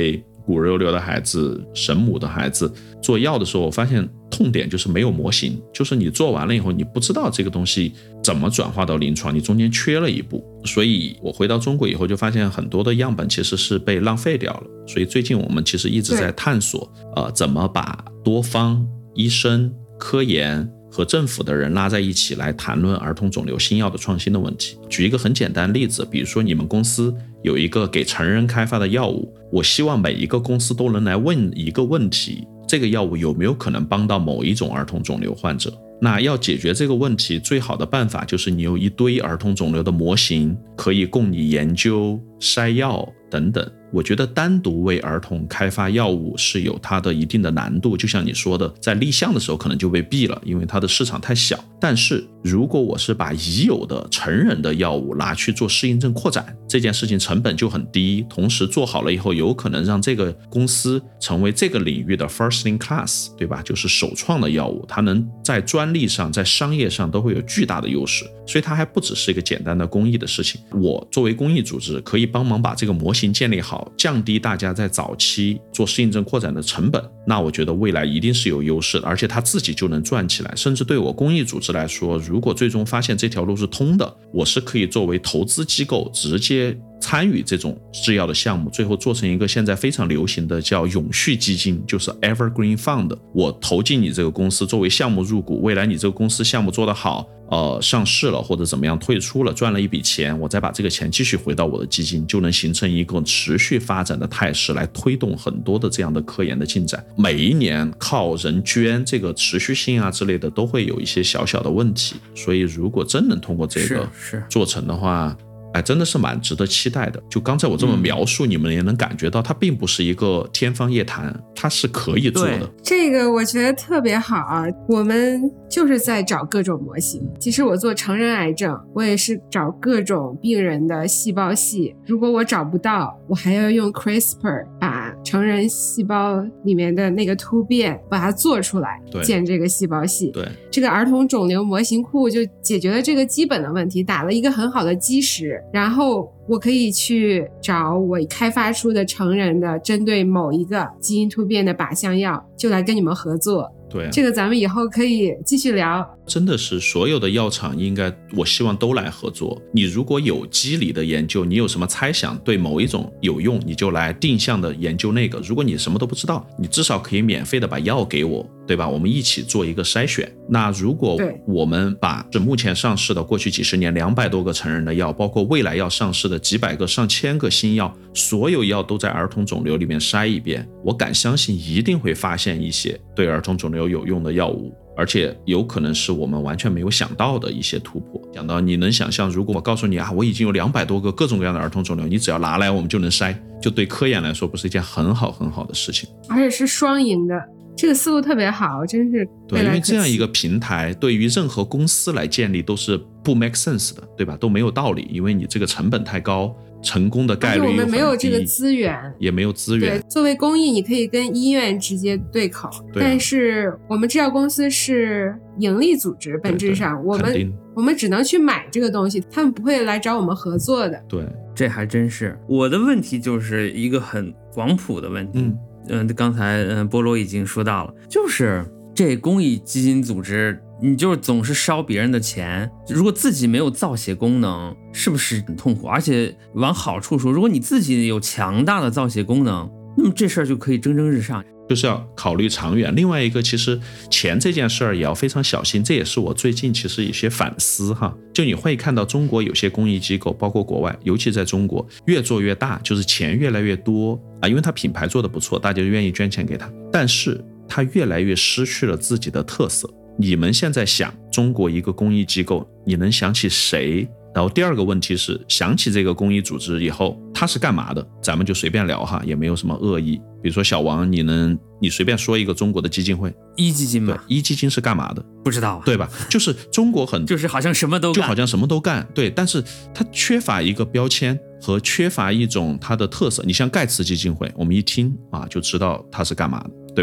骨肉瘤的孩子、神母的孩子做药的时候，我发现痛点就是没有模型，就是你做完了以后，你不知道这个东西怎么转化到临床，你中间缺了一步。所以我回到中国以后就发现很多的样本其实是被浪费掉了。所以最近我们其实一直在探索怎么把多方医生、科研和政府的人拉在一起来谈论儿童肿瘤新药的创新的问题。举一个很简单的例子，比如说你们公司有一个给成人开发的药物，我希望每一个公司都能来问一个问题，这个药物有没有可能帮到某一种儿童肿瘤患者。那要解决这个问题，最好的办法就是你有一堆儿童肿瘤的模型可以供你研究、筛药等等。我觉得单独为儿童开发药物是有它的一定的难度，就像你说的，在立项的时候可能就被毙了，因为它的市场太小。但是如果我是把已有的成人的药物拿去做适应症扩展，这件事情成本就很低，同时做好了以后有可能让这个公司成为这个领域的 first in class， 对吧？就是首创的药物，它能在专利上、在商业上都会有巨大的优势。所以它还不只是一个简单的公益的事情，我作为公益组织可以帮忙把这个模型建立好，降低大家在早期做适应症扩展的成本，那我觉得未来一定是有优势的，而且它自己就能赚起来。甚至对我公益组织来说，如果最终发现这条路是通的，我是可以作为投资机构直接参与这种制药的项目，最后做成一个现在非常流行的叫永续基金，就是 Evergreen Fund。 我投进你这个公司作为项目入股，未来你这个公司项目做得好，上市了或者怎么样退出了，赚了一笔钱，我再把这个钱继续回到我的基金，就能形成一个持续发展的态势，来推动很多的这样的科研的进展。每一年靠人捐这个持续性啊之类的都会有一些小小的问题，所以如果真能通过这个做成的话，真的是蛮值得期待的。就刚才我这么描述，你们也能感觉到它并不是一个天方夜谭，它是可以做的。 这个我觉得特别好啊，我们就是在找各种模型。其实我做成人癌症，我也是找各种病人的细胞系，如果我找不到，我还要用 CRISPR 把成人细胞里面的那个突变把它做出来，建这个细胞系。 对， 这个儿童肿瘤模型库就解决了这个基本的问题，打了一个很好的基石，然后我可以去找我开发出的成人的针对某一个基因突变的靶向药，就来跟你们合作。 对， 这个咱们以后可以继续聊。 真的是所有的药厂应该，我希望都来合作。你如果有机理的研究，你有什么猜想对某一种有用，你就来定向的研究那个。如果你什么都不知道，你至少可以免费的把药给我，对吧？我们一起做一个筛选。那如果我们把目前上市的过去几十年200多个成人的药，包括未来要上市的几百个上千个新药，所有药都在儿童肿瘤里面筛一遍，我敢相信一定会发现一些对儿童肿瘤有用的药物，而且有可能是我们完全没有想到的一些突破。讲到你能想象，如果我告诉你我已经有200多个各种各样的儿童肿瘤，你只要拿来我们就能筛，就对科研来说不是一件很好很好的事情， 而且是双赢的。这个思路特别好，真是对，因为这样一个平台对于任何公司来建立都是不 make sense 的，对吧？都没有道理，因为你这个成本太高，成功的概率又很低， 我们没有这个资源， 也没有资源。 对，作为公益，你可以跟医院直接对口，但是我们制药公司是盈利组织，本质上我们只能去买这个东西，他们不会来找我们合作的。 对， 这还真是。我的问题就是一个很广谱的问题。刚才菠萝已经说到了，就是这公益基金组织，你就总是烧别人的钱，如果自己没有造血功能，是不是很痛苦？而且往好处说，如果你自己有强大的造血功能，那么这事儿就可以蒸蒸日上， 就是要考虑长远。另外一个，其实钱这件事儿也要非常小心，这也是我最近其实有些反思哈。就你会看到中国有些公益机构，包括国外，尤其在中国越做越大，就是钱越来越多因为他品牌做得不错，大家就愿意捐钱给他，但是他越来越失去了自己的特色。你们现在想中国一个公益机构，你能想起谁？然后第二个问题是，想起这个公益组织以后，它是干嘛的？咱们就随便聊哈，也没有什么恶意。比如说小王，你随便说一个中国的基金会， 一基金吧？ 一基金是干嘛的？ 不知道， 对吧？就是中国就是好像什么都干， 就好像什么都干，对。但是它缺乏一个标签和缺乏一种它的特色。你像盖茨基金会，我们一听就知道它是干嘛的，对吧？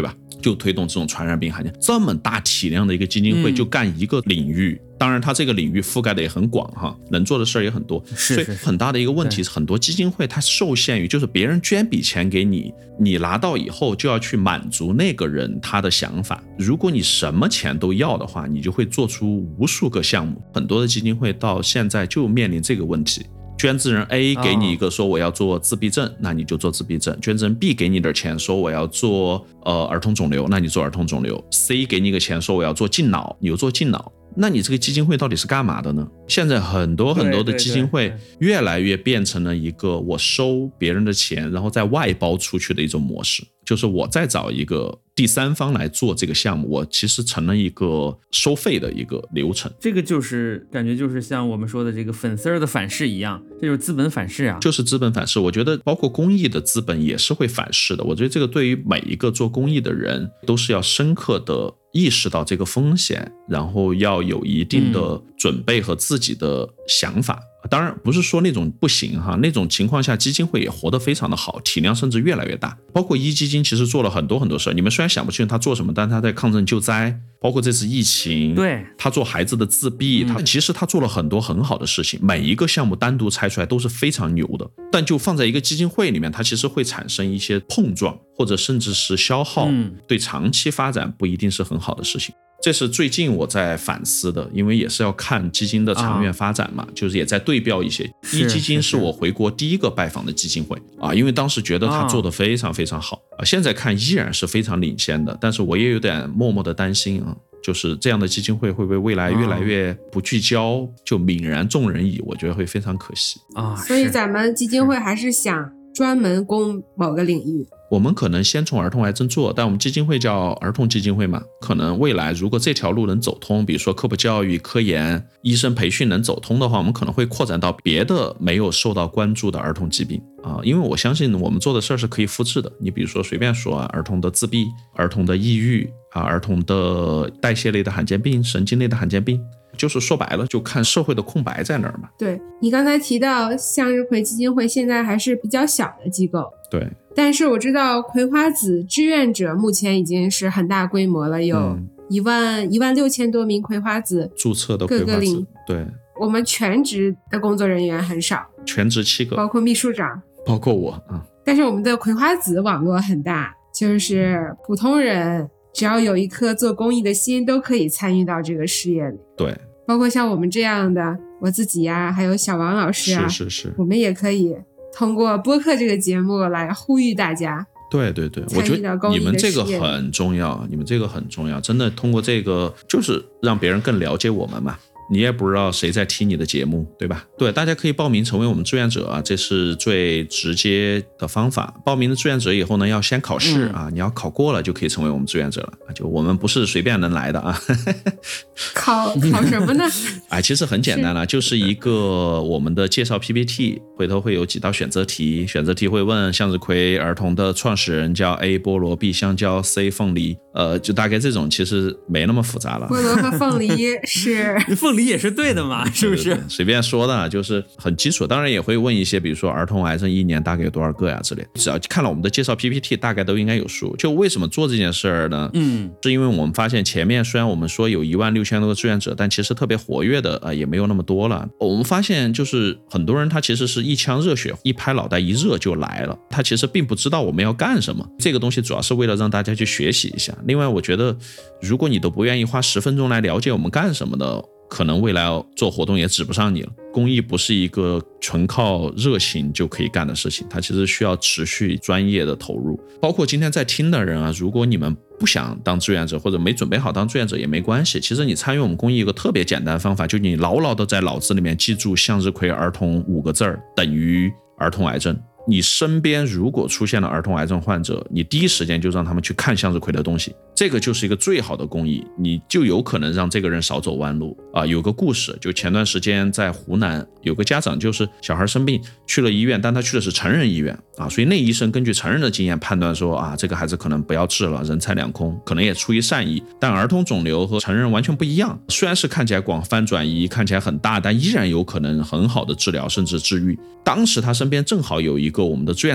就推动这种传染病罕见。这么大体量的一个基金会就干一个领域，当然它这个领域覆盖的也很广哈，能做的事儿也很多。所以很大的一个问题是，很多基金会它受限于就是别人捐笔钱给你，你拿到以后就要去满足那个人他的想法。如果你什么钱都要的话，你就会做出无数个项目。很多的基金会到现在就面临这个问题。捐赠人 A 给你一个说我要做自闭症，那你就做自闭症。捐赠人 B 给你点钱说我要做儿童肿瘤，那你做儿童肿瘤。C 给你个钱说我要做敬脑，你就做敬脑。那你这个基金会到底是干嘛的呢？现在很多的基金会越来越变成了一个我收别人的钱然后再外包出去的一种模式，就是我再找一个第三方来做这个项目，我其实成了一个收费的一个流程。 这个就是感觉就是像我们说的这个粉丝的反噬一样，这就是资本反噬啊， 就是资本反噬。我觉得包括公益的资本也是会反噬的。我觉得这个对于每一个做公益的人都是要深刻的意识到这个风险，然后要有一定的准备和自己的想法。当然不是说那种不行哈，那种情况下基金会也活得非常的好，体量甚至越来越大。包括壹基金其实做了很多事，你们虽然想不清他做什么，但他在抗震救灾，包括这次疫情， 对，他做孩子的自闭，其实他做了很多很好的事情，每一个项目单独拆出来都是非常牛的，但就放在一个基金会里面，它其实会产生一些碰撞，或者甚至是消耗，对长期发展不一定是很好的事情。这是最近我在反思的，因为也是要看基金的长远发展嘛，就是也在对标一些。壹基金是我回国第一个拜访的基金会啊，因为当时觉得他做得非常非常好啊，现在看依然是非常领先的，但是我也有点默默的担心啊，就是这样的基金会会不会未来越来越不聚焦，就泯然众人矣，我觉得会非常可惜啊。所以咱们基金会还是想专门攻某个领域。 我们可能先从儿童癌症做，但我们基金会叫儿童基金会嘛，可能未来如果这条路能走通，比如说科普教育、科研、医生培训能走通的话，我们可能会扩展到别的没有受到关注的儿童疾病啊，因为我相信我们做的事儿是可以复制的。你比如说随便说啊，儿童的自闭、儿童的抑郁啊，儿童的代谢类的罕见病、神经类的罕见病，就是说白了就看社会的空白在哪儿嘛。 对，你刚才提到向日葵基金会现在还是比较小的机构， 对， 但是我知道葵花籽志愿者目前已经是很大规模了，有16000多名葵花籽注册的葵花籽。对， 我们全职的工作人员很少， 全职7个， 包括秘书长， 包括我但是我们的葵花籽网络很大，就是普通人只要有一颗做公益的心都可以参与到这个事业里。 对， 包括像我们这样的，我自己呀，还有小王老师啊， 是，我们也可以通过播客这个节目来呼吁大家。 对，我觉得你们这个很重要，真的通过这个就是让别人更了解我们嘛。你也不知道谁在听你的节目，对吧？对，大家可以报名成为我们志愿者啊，这是最直接的方法。报名的志愿者以后呢，要先考试啊，你要考过了就可以成为我们志愿者了。就我们不是随便能来的啊。 考什么呢？ 其实很简单了，就是一个我们的介绍 PPT， 回头会有几道选择题，选择题会问向日葵儿童的创始人叫 A 菠萝 B 香蕉 C 凤梨，就大概这种，其实没那么复杂了。 菠萝和凤梨是凤梨也是对的嘛，是不是？ 对，随便说的，就是很基础。当然也会问一些，比如说儿童癌症1年大概有多少个呀之类，只要看了我们的介绍 PPT， 大概都应该有数。就为什么做这件事儿呢？是因为我们发现前面虽然我们说有16000多个志愿者，但其实特别活跃的也没有那么多了。我们发现就是很多人他其实是一腔热血，一拍脑袋一热就来了，他其实并不知道我们要干什么。这个东西主要是为了让大家去学习一下。另外我觉得如果你都不愿意花10分钟来了解我们干什么的，可能未来做活动也指不上你了。公益不是一个纯靠热情就可以干的事情，它其实需要持续专业的投入。包括今天在听的人啊，如果你们不想当志愿者或者没准备好当志愿者也没关系，其实你参与我们公益一个特别简单的方法，就你牢牢的在脑子里面记住向日葵儿童5个字等于儿童癌症。你身边如果出现了儿童癌症患者，你第一时间就让他们去看向日葵的东西，这个就是一个最好的公益，你就有可能让这个人少走弯路啊。有个故事，就前段时间在湖南有个家长，就是小孩生病去了医院，但他去的是成人医院啊，所以那医生根据成人的经验判断说啊，这个孩子可能不要治了，人财两空，可能也出于善意。但儿童肿瘤和成人完全不一样，虽然是看起来广泛转移，看起来很大，但依然有可能很好的治疗甚至治愈。当时他身边正好有一个我们的志愿者，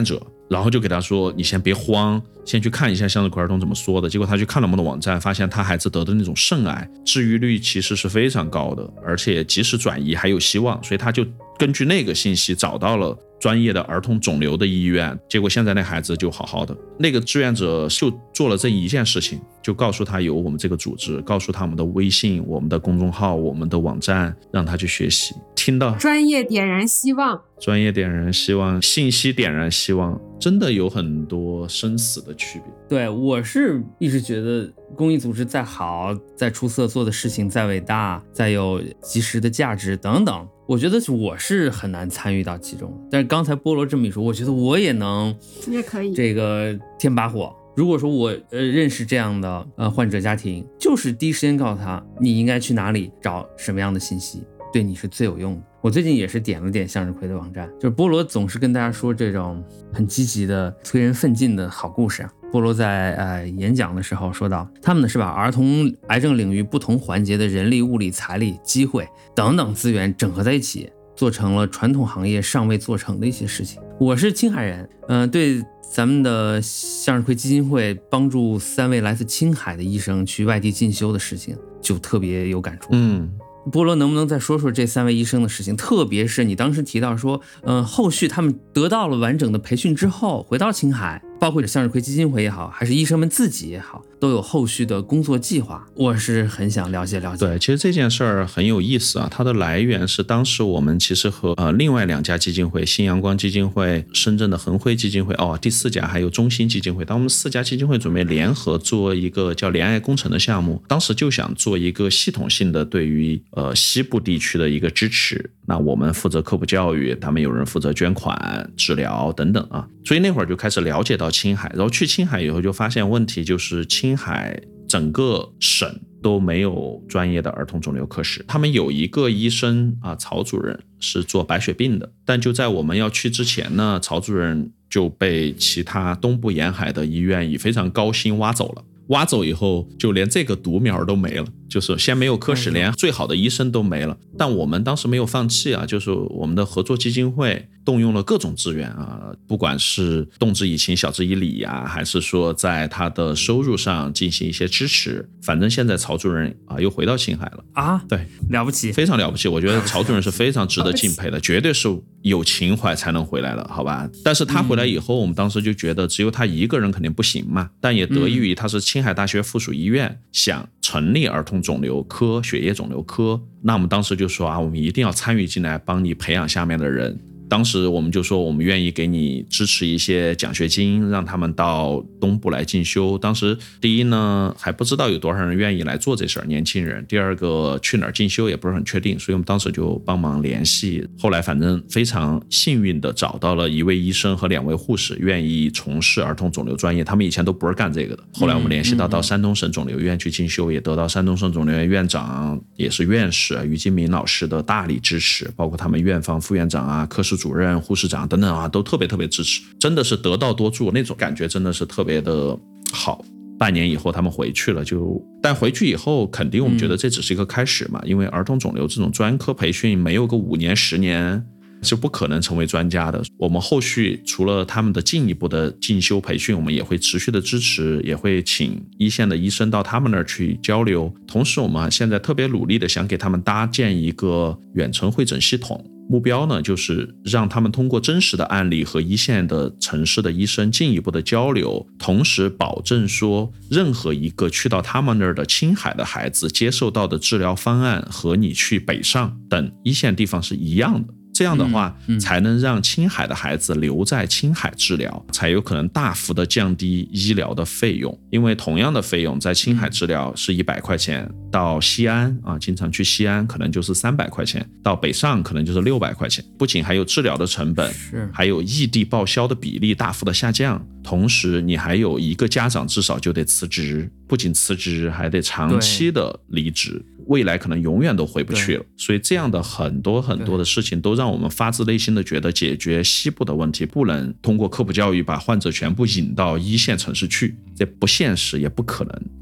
然后就给他说你先别慌，先去看一下向日葵儿童怎么说的。结果他去看了我们的网站，发现他孩子得的那种肾癌治愈率其实是非常高的，而且即使转移还有希望，所以他就根据那个信息找到了专业的儿童肿瘤的医院。结果现在那孩子就好好的，那个志愿者就做了这一件事情，就告诉他有我们这个组织，告诉他们的微信、我们的公众号、我们的网站，让他去学习。听到专业点燃希望， 专业点燃希望，信息点燃希望，真的有很多生死的区别。 对，我是一直觉得公益组织再好再出色，做的事情再伟大再有及时的价值等等，我觉得我是很难参与到其中。但是刚才菠萝这么一说，我觉得我也能也可以这个添把火。如果说我认识这样的患者家庭，就是第一时间告诉他你应该去哪里找什么样的信息对你是最有用的。我最近也是点了点向日葵的网站，就是菠萝总是跟大家说这种很积极的催人奋进的好故事啊。菠萝在演讲的时候说到，他们呢是把儿童癌症领域不同环节的人力、物力、财力、机会等等资源整合在一起，做成了传统行业尚未做成的一些事情。我是青海人，对咱们的向日葵基金会帮助3位来自青海的医生去外地进修的事情就特别有感触。菠萝能不能再说说这3位医生的事情？特别是你当时提到说，后续他们得到了完整的培训之后，回到青海，包括向日葵基金会也好，还是医生们自己也好，都有后续的工作计划。我是很想了解了解。 对，其实这件事儿很有意思啊，它的来源是当时我们其实和另外2家基金会，新阳光基金会、深圳的恒辉基金会，第4家还有中心基金会，当我们4家基金会准备联合做一个叫联爱工程的项目，当时就想做一个系统性的对于西部地区的一个支持。那我们负责科普教育，他们有人负责捐款、治疗等等啊，所以那会儿就开始了解到青海，然后去青海以后就发现问题就是青海整个省都没有专业的儿童肿瘤科室。他们有一个医生曹主任是做白血病的，但就在我们要去之前呢，曹主任就被其他东部沿海的医院以非常高薪挖走了。挖走以后就连这个独苗都没了，就是先没有科室，连最好的医生都没了。但我们当时没有放弃啊，就是我们的合作基金会动用了各种资源啊，不管是动之以情晓之以理啊，还是说在他的收入上进行一些支持。反正现在曹主任又回到青海了啊，对， 了不起， 非常了不起。我觉得曹主任是非常值得敬佩的，绝对是有情怀才能回来的，好吧？但是他回来以后，我们当时就觉得只有他一个人肯定不行嘛，但也得益于他是青海大学附属医院想成立儿童肿瘤科、血液肿瘤科，那我们当时就说我们一定要参与进来，帮你培养下面的人。当时我们就说我们愿意给你支持一些奖学金，让他们到东部来进修。当时第一呢还不知道有多少人愿意来做这事儿，年轻人。第二个去哪儿进修也不是很确定，所以我们当时就帮忙联系。后来反正非常幸运的找到了1位医生和2位护士愿意从事儿童肿瘤专业，他们以前都不是干这个的。后来我们联系到山东省肿瘤院去进修，也得到山东省肿瘤院院长也是院士于金明老师的大力支持，包括他们院方副院长科室主任、护士长等等都特别特别支持，真的是得道多助，那种感觉真的是特别的好。半年以后他们回去了，但回去以后肯定我们觉得这只是一个开始嘛，因为儿童肿瘤这种专科培训没有个5年10年是不可能成为专家的。我们后续除了他们的进一步的进修培训，我们也会持续的支持，也会请一线的医生到他们那儿去交流。同时我们现在特别努力的想给他们搭建一个远程会诊系统，目标呢就是让他们通过真实的案例和一线的城市的医生进一步的交流，同时保证说任何一个去到他们那儿的青海的孩子接受到的治疗方案和你去北上等一线地方是一样的。这样的话才能让青海的孩子留在青海治疗，才有可能大幅的降低医疗的费用。因为同样的费用在青海治疗是100块钱，到西安经常去西安可能就是300块钱，到北上可能就是600块钱。不仅还有治疗的成本，还有异地报销的比例大幅的下降，同时你还有一个家长至少就得辞职，不仅辞职还得长期的离职，未来可能永远都回不去了。所以这样的很多很多的事情都让我们发自内心的觉得解决西部的问题不能通过科普教育把患者全部引到一线城市去，这不现实也不可能。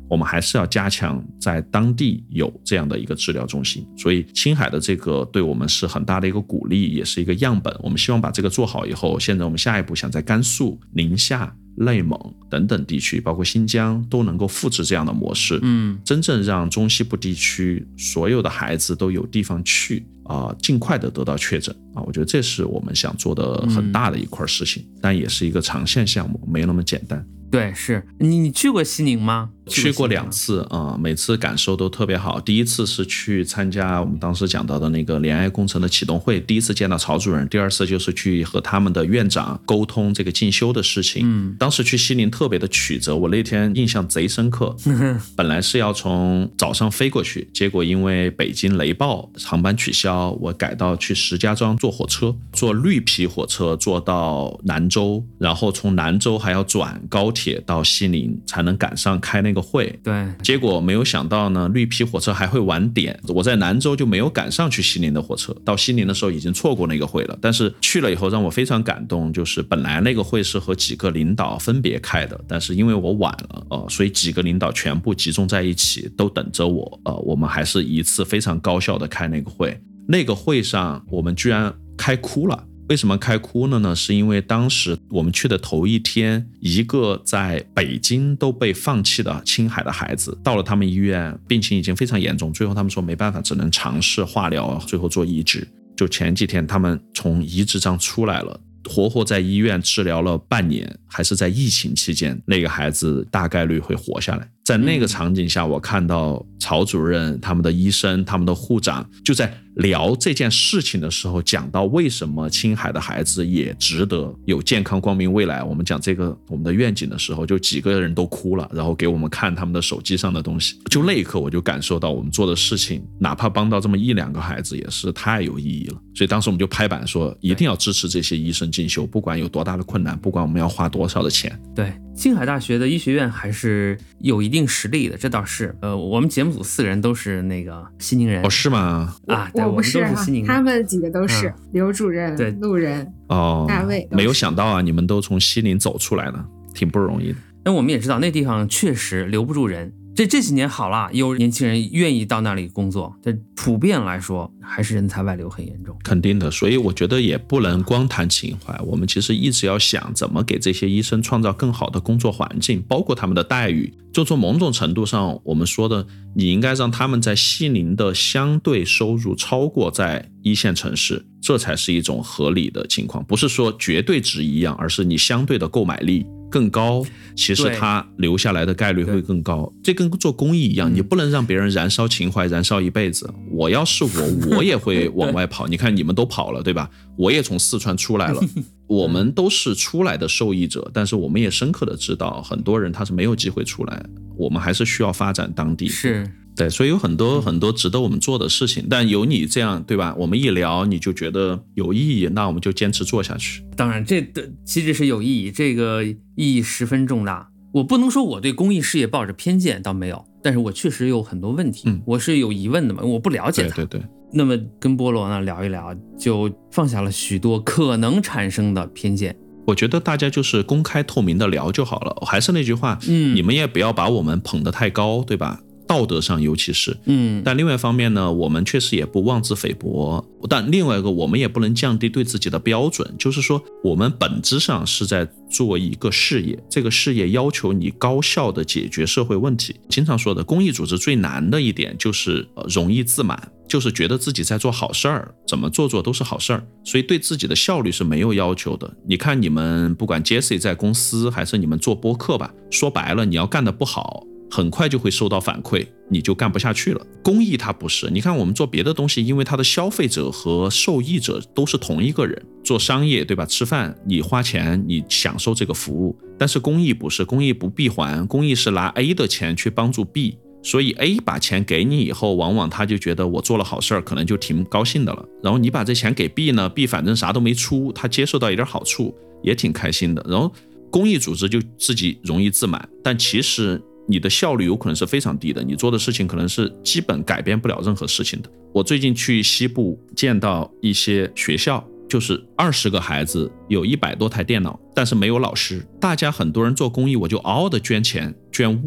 我们还是要加强在当地有这样的一个治疗中心。所以青海的这个对我们是很大的一个鼓励，也是一个样本。我们希望把这个做好以后，现在我们下一步想在甘肃、宁夏、内蒙等等地区，包括新疆都能够复制这样的模式，真正让中西部地区所有的孩子都有地方去尽快的得到确诊我觉得这是我们想做的很大的一块事情，但也是一个长线项目，没那么简单。 对，是你去过西宁吗？ 去过2次每次感受都特别好。第一次是去参加我们当时讲到的那个联爱工程的启动会，第一次见到曹主任，第二次就是去和他们的院长沟通这个进修的事情。当时去西宁特别的曲折，我那天印象贼深刻。本来是要从早上飞过去，结果因为北京雷暴航班取消，我改到去石家庄坐火车，坐绿皮火车坐到兰州，然后从兰州还要转高铁到西宁才能赶上开那个会。 对， 结果没有想到呢，绿皮火车还会晚点，我在兰州就没有赶上去西宁的火车，到西宁的时候已经错过那个会了。但是去了以后让我非常感动，就是本来那个会是和几个领导分别开的，但是因为我晚了所以几个领导全部集中在一起都等着我我们还是一次非常高效的开那个会。那个会上我们居然开哭了。为什么开哭了呢？是因为当时我们去的头一天，一个在北京都被放弃的青海的孩子到了他们医院，病情已经非常严重，最后他们说没办法，只能尝试化疗，最后做移植。就前几天他们从移植上出来了，活活在医院治疗了半年，还是在疫情期间，那个孩子大概率会活下来。在那个场景下，我看到曹主任、他们的医生、他们的护长就在聊这件事情的时候，讲到为什么青海的孩子也值得有健康光明未来。我们讲这个我们的愿景的时候，就几个人都哭了，然后给我们看他们的手机上的东西。就那一刻我就感受到我们做的事情，哪怕帮到这么1-2个孩子也是太有意义了。所以当时我们就拍板说，一定要支持这些医生进修，不管有多大的困难，不管我们要花多少的钱。 对，青海大学的医学院还是有一定实力的，这倒是。我们节目组4个人都是那个西宁人。 是吗？ 对， 我不是我们都是西宁人， 他们几个都是刘主任、 对， 陆人、大卫。 没有想到你们都从西宁走出来了，挺不容易的。 但我们也知道那地方确实留不住人。这几年好了，有年轻人愿意到那里工作，这普遍来说还是人才外流很严重。 肯定的，所以我觉得也不能光谈情怀，我们其实一直要想怎么给这些医生创造更好的工作环境，包括他们的待遇。就从某种程度上，我们说的，你应该让他们在西宁的相对收入超过在一线城市，这才是一种合理的情况。不是说绝对值一样，而是你相对的购买力更高，其实他留下来的概率会更高。这跟做公益一样，你不能让别人燃烧情怀燃烧一辈子。我要是我也会往外跑。你看你们都跑了对吧，我也从四川出来了。我们都是出来的受益者，但是我们也深刻的知道很多人他是没有机会出来，我们还是需要发展当地。 是， 对，所以有很多很多值得我们做的事情，但有你这样对吧，我们一聊你就觉得有意义，那我们就坚持做下去。 当然这其实是有意义，这个意义十分重大。我不能说我对公益事业抱着偏见，倒没有，但是我确实有很多问题，我是有疑问的嘛，我不了解它。 对。 那么跟菠萝呢聊一聊，就放下了许多可能产生的偏见。 我觉得大家就是公开透明的聊就好了。还是那句话，你们也不要把我们捧得太高，对吧？道德上尤其是，但另外一方面呢，我们确实也不妄自菲薄，但另外一个我们也不能降低对自己的标准，就是说我们本质上是在做一个事业，这个事业要求你高效的解决社会问题。经常说的公益组织最难的一点就是容易自满，就是觉得自己在做好事儿，怎么做都是好事儿，所以对自己的效率是没有要求的。你看你们不管 Jesse 在公司还是你们做播客吧，说白了你要干得不好，很快就会收到反馈，你就干不下去了。公益它不是，你看我们做别的东西，因为它的消费者和受益者都是同一个人，做商业对吧，吃饭你花钱你享受这个服务，但是公益不是，公益不闭环，公益是拿 A 的钱去帮助 B， 所以 A 把钱给你以后，往往他就觉得我做了好事儿，可能就挺高兴的了。然后你把这钱给 B 呢， B 反正啥都没出，他接受到一点好处也挺开心的。然后公益组织就自己容易自满，但其实你的效率有可能是非常低的，你做的事情可能是基本改变不了任何事情的。我最近去西部见到一些学校，就是20个孩子，有100多台电脑，但是没有老师。大家很多人做公益，我就嗷嗷的捐钱捐物，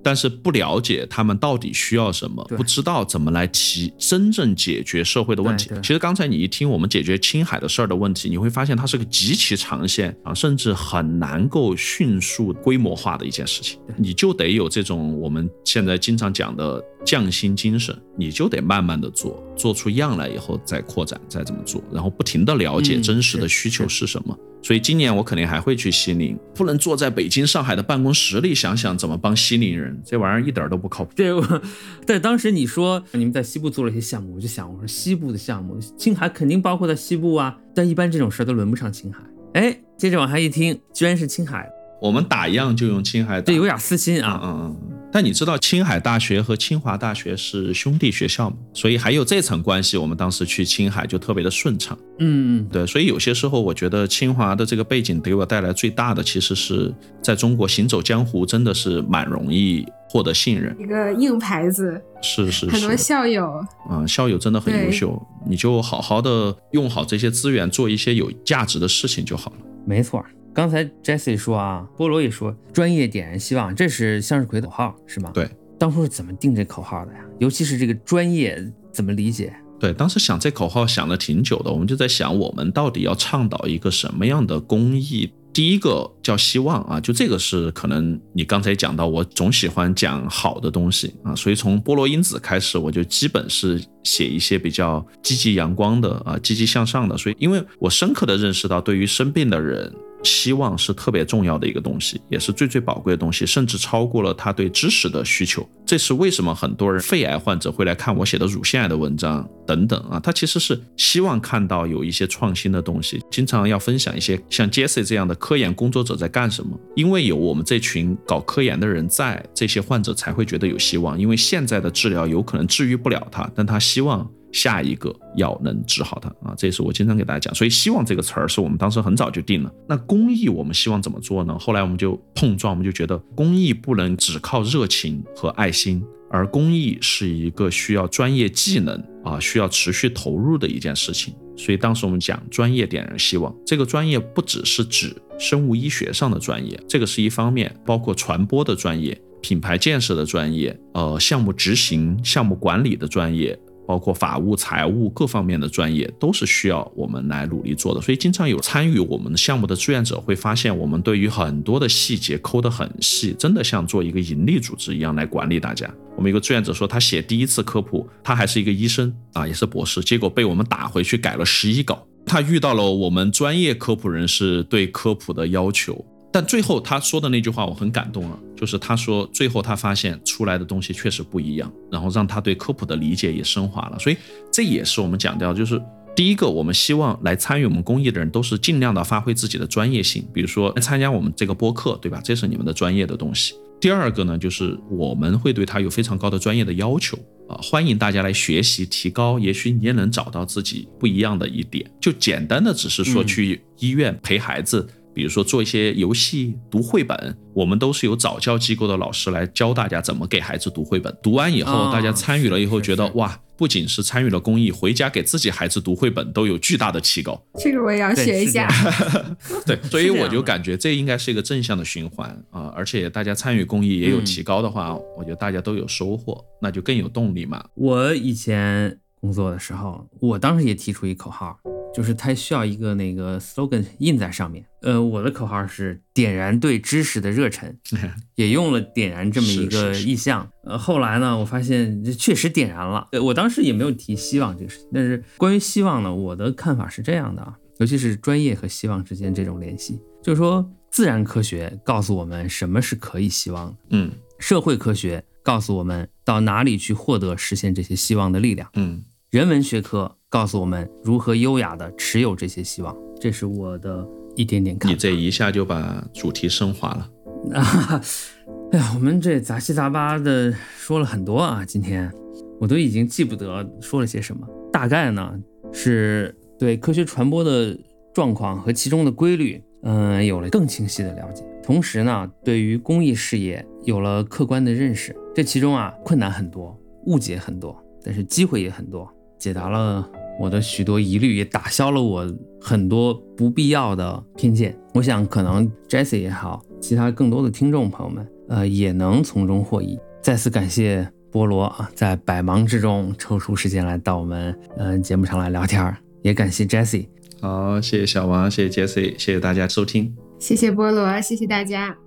但是不了解他们到底需要什么，不知道怎么来真正解决社会的问题。其实刚才你一听我们解决青海的事儿的问题，你会发现它是个极其长线甚至很难够迅速规模化的一件事情。你就得有这种我们现在经常讲的匠心精神，你就得慢慢的做出样来以后再扩展，再怎么做，然后不停的了解真实的需求是什么。所以今年我肯定还会去西宁，不能坐在北京上海的办公室里想想怎么帮西宁人，这玩意儿一点都不靠谱。 对，但当时你说你们在西部做了一些项目，我就想，我说西部的项目，青海肯定包括在西部啊，但一般这种事都轮不上青海。哎，接着往下一听，居然是青海。 我们打样就用青海打， 这有点私心啊。 但你知道青海大学和清华大学是兄弟学校吗？所以还有这层关系，我们当时去青海就特别的顺畅。对，所以有些时候我觉得清华的这个背景给我带来最大的，其实是在中国行走江湖真的是蛮容易获得信任， 一个硬牌子。 是很多校友校友真的很优秀，你就好好的用好这些资源，做一些有价值的事情就好了。 没错，刚才 Jesse 说啊，菠萝也说专业点燃希望，这是向日葵的口号是吗？ 对， 当初是怎么定这口号的呀？尤其是这个专业怎么理解？ 对，当时想这口号想了挺久的，我们就在想我们到底要倡导一个什么样的公益。第一个叫希望啊，就这个是可能你刚才讲到，我总喜欢讲好的东西啊，所以从菠萝因子开始，我就基本是写一些比较积极阳光的积极向上的。所以因为我深刻的认识到，对于生病的人，希望是特别重要的一个东西，也是最最宝贵的东西，甚至超过了他对知识的需求。这是为什么很多人肺癌患者会来看我写的乳腺癌的文章等等啊，他其实是希望看到有一些创新的东西，经常要分享一些像 Jesse 这样的科研工作者在干什么。因为有我们这群搞科研的人在，这些患者才会觉得有希望，因为现在的治疗有可能治愈不了他，但他希望下一个药能治好它啊，这也是我经常给大家讲。所以希望这个词儿是我们当时很早就定了。那公益我们希望怎么做呢？后来我们就碰撞，我们就觉得公益不能只靠热情和爱心，而公益是一个需要专业技能需要持续投入的一件事情。所以当时我们讲专业点燃希望，这个专业不只是指生物医学上的专业，这个是一方面，包括传播的专业、品牌建设的专业、项目执行、项目管理的专业，包括法务、财务各方面的专业，都是需要我们来努力做的。所以经常有参与我们项目的志愿者会发现，我们对于很多的细节抠得很细，真的像做一个盈利组织一样来管理大家。我们有个志愿者说，他写第一次科普，他还是一个医生也是博士，结果被我们打回去改了11稿。他遇到了我们专业科普人士对科普的要求，但最后他说的那句话我很感动就是他说最后他发现出来的东西确实不一样，然后让他对科普的理解也升华了。所以这也是我们讲到，就是第一个，我们希望来参与我们公益的人都是尽量的发挥自己的专业性，比如说参加我们这个播客，对吧？这是你们的专业的东西。第二个呢，就是我们会对他有非常高的专业的要求欢迎大家来学习提高，也许你也能找到自己不一样的一点。就简单的只是说去医院陪孩子，比如说做一些游戏、读绘本，我们都是有早教机构的老师来教大家怎么给孩子读绘本。读完以后，大家参与了以后觉得哇，不仅是参与了公益，回家给自己孩子读绘本都有巨大的提高。 这个我也要学一下。 对，所以我就感觉这应该是一个正向的循环而且大家参与公益也有提高的话，我觉得大家都有收获，那就更有动力嘛。 我以前工作的时候，我当时也提出一口号，就是它需要一个那个 slogan 印在上面。我的口号是点燃对知识的热忱，也用了点燃这么一个意象。后来呢，我发现确实点燃了。我当时也没有提希望这个事情，但是关于希望呢，我的看法是这样的尤其是专业和希望之间这种联系，就是说自然科学告诉我们什么是可以希望的，社会科学告诉我们到哪里去获得实现这些希望的力量，人文学科告诉我们如何优雅地持有这些希望。这是我的一点点看法。 你这一下就把主题升华了哎呀，我们这杂七杂八的说了很多今天我都已经记不得说了些什么。大概呢是对科学传播的状况和其中的规律有了更清晰的了解，同时呢对于公益事业有了客观的认识。这其中困难很多，误解很多，但是机会也很多，解答了我的许多疑虑，也打消了我很多不必要的偏见。我想可能 Jesse 也好，其他更多的听众朋友们也能从中获益。再次感谢菠萝啊，在百忙之中抽出时间来到我们节目上来聊天，也感谢 Jessie。 好，谢谢小王，谢谢 Jessie，谢谢大家收听。 谢谢菠萝，谢谢大家。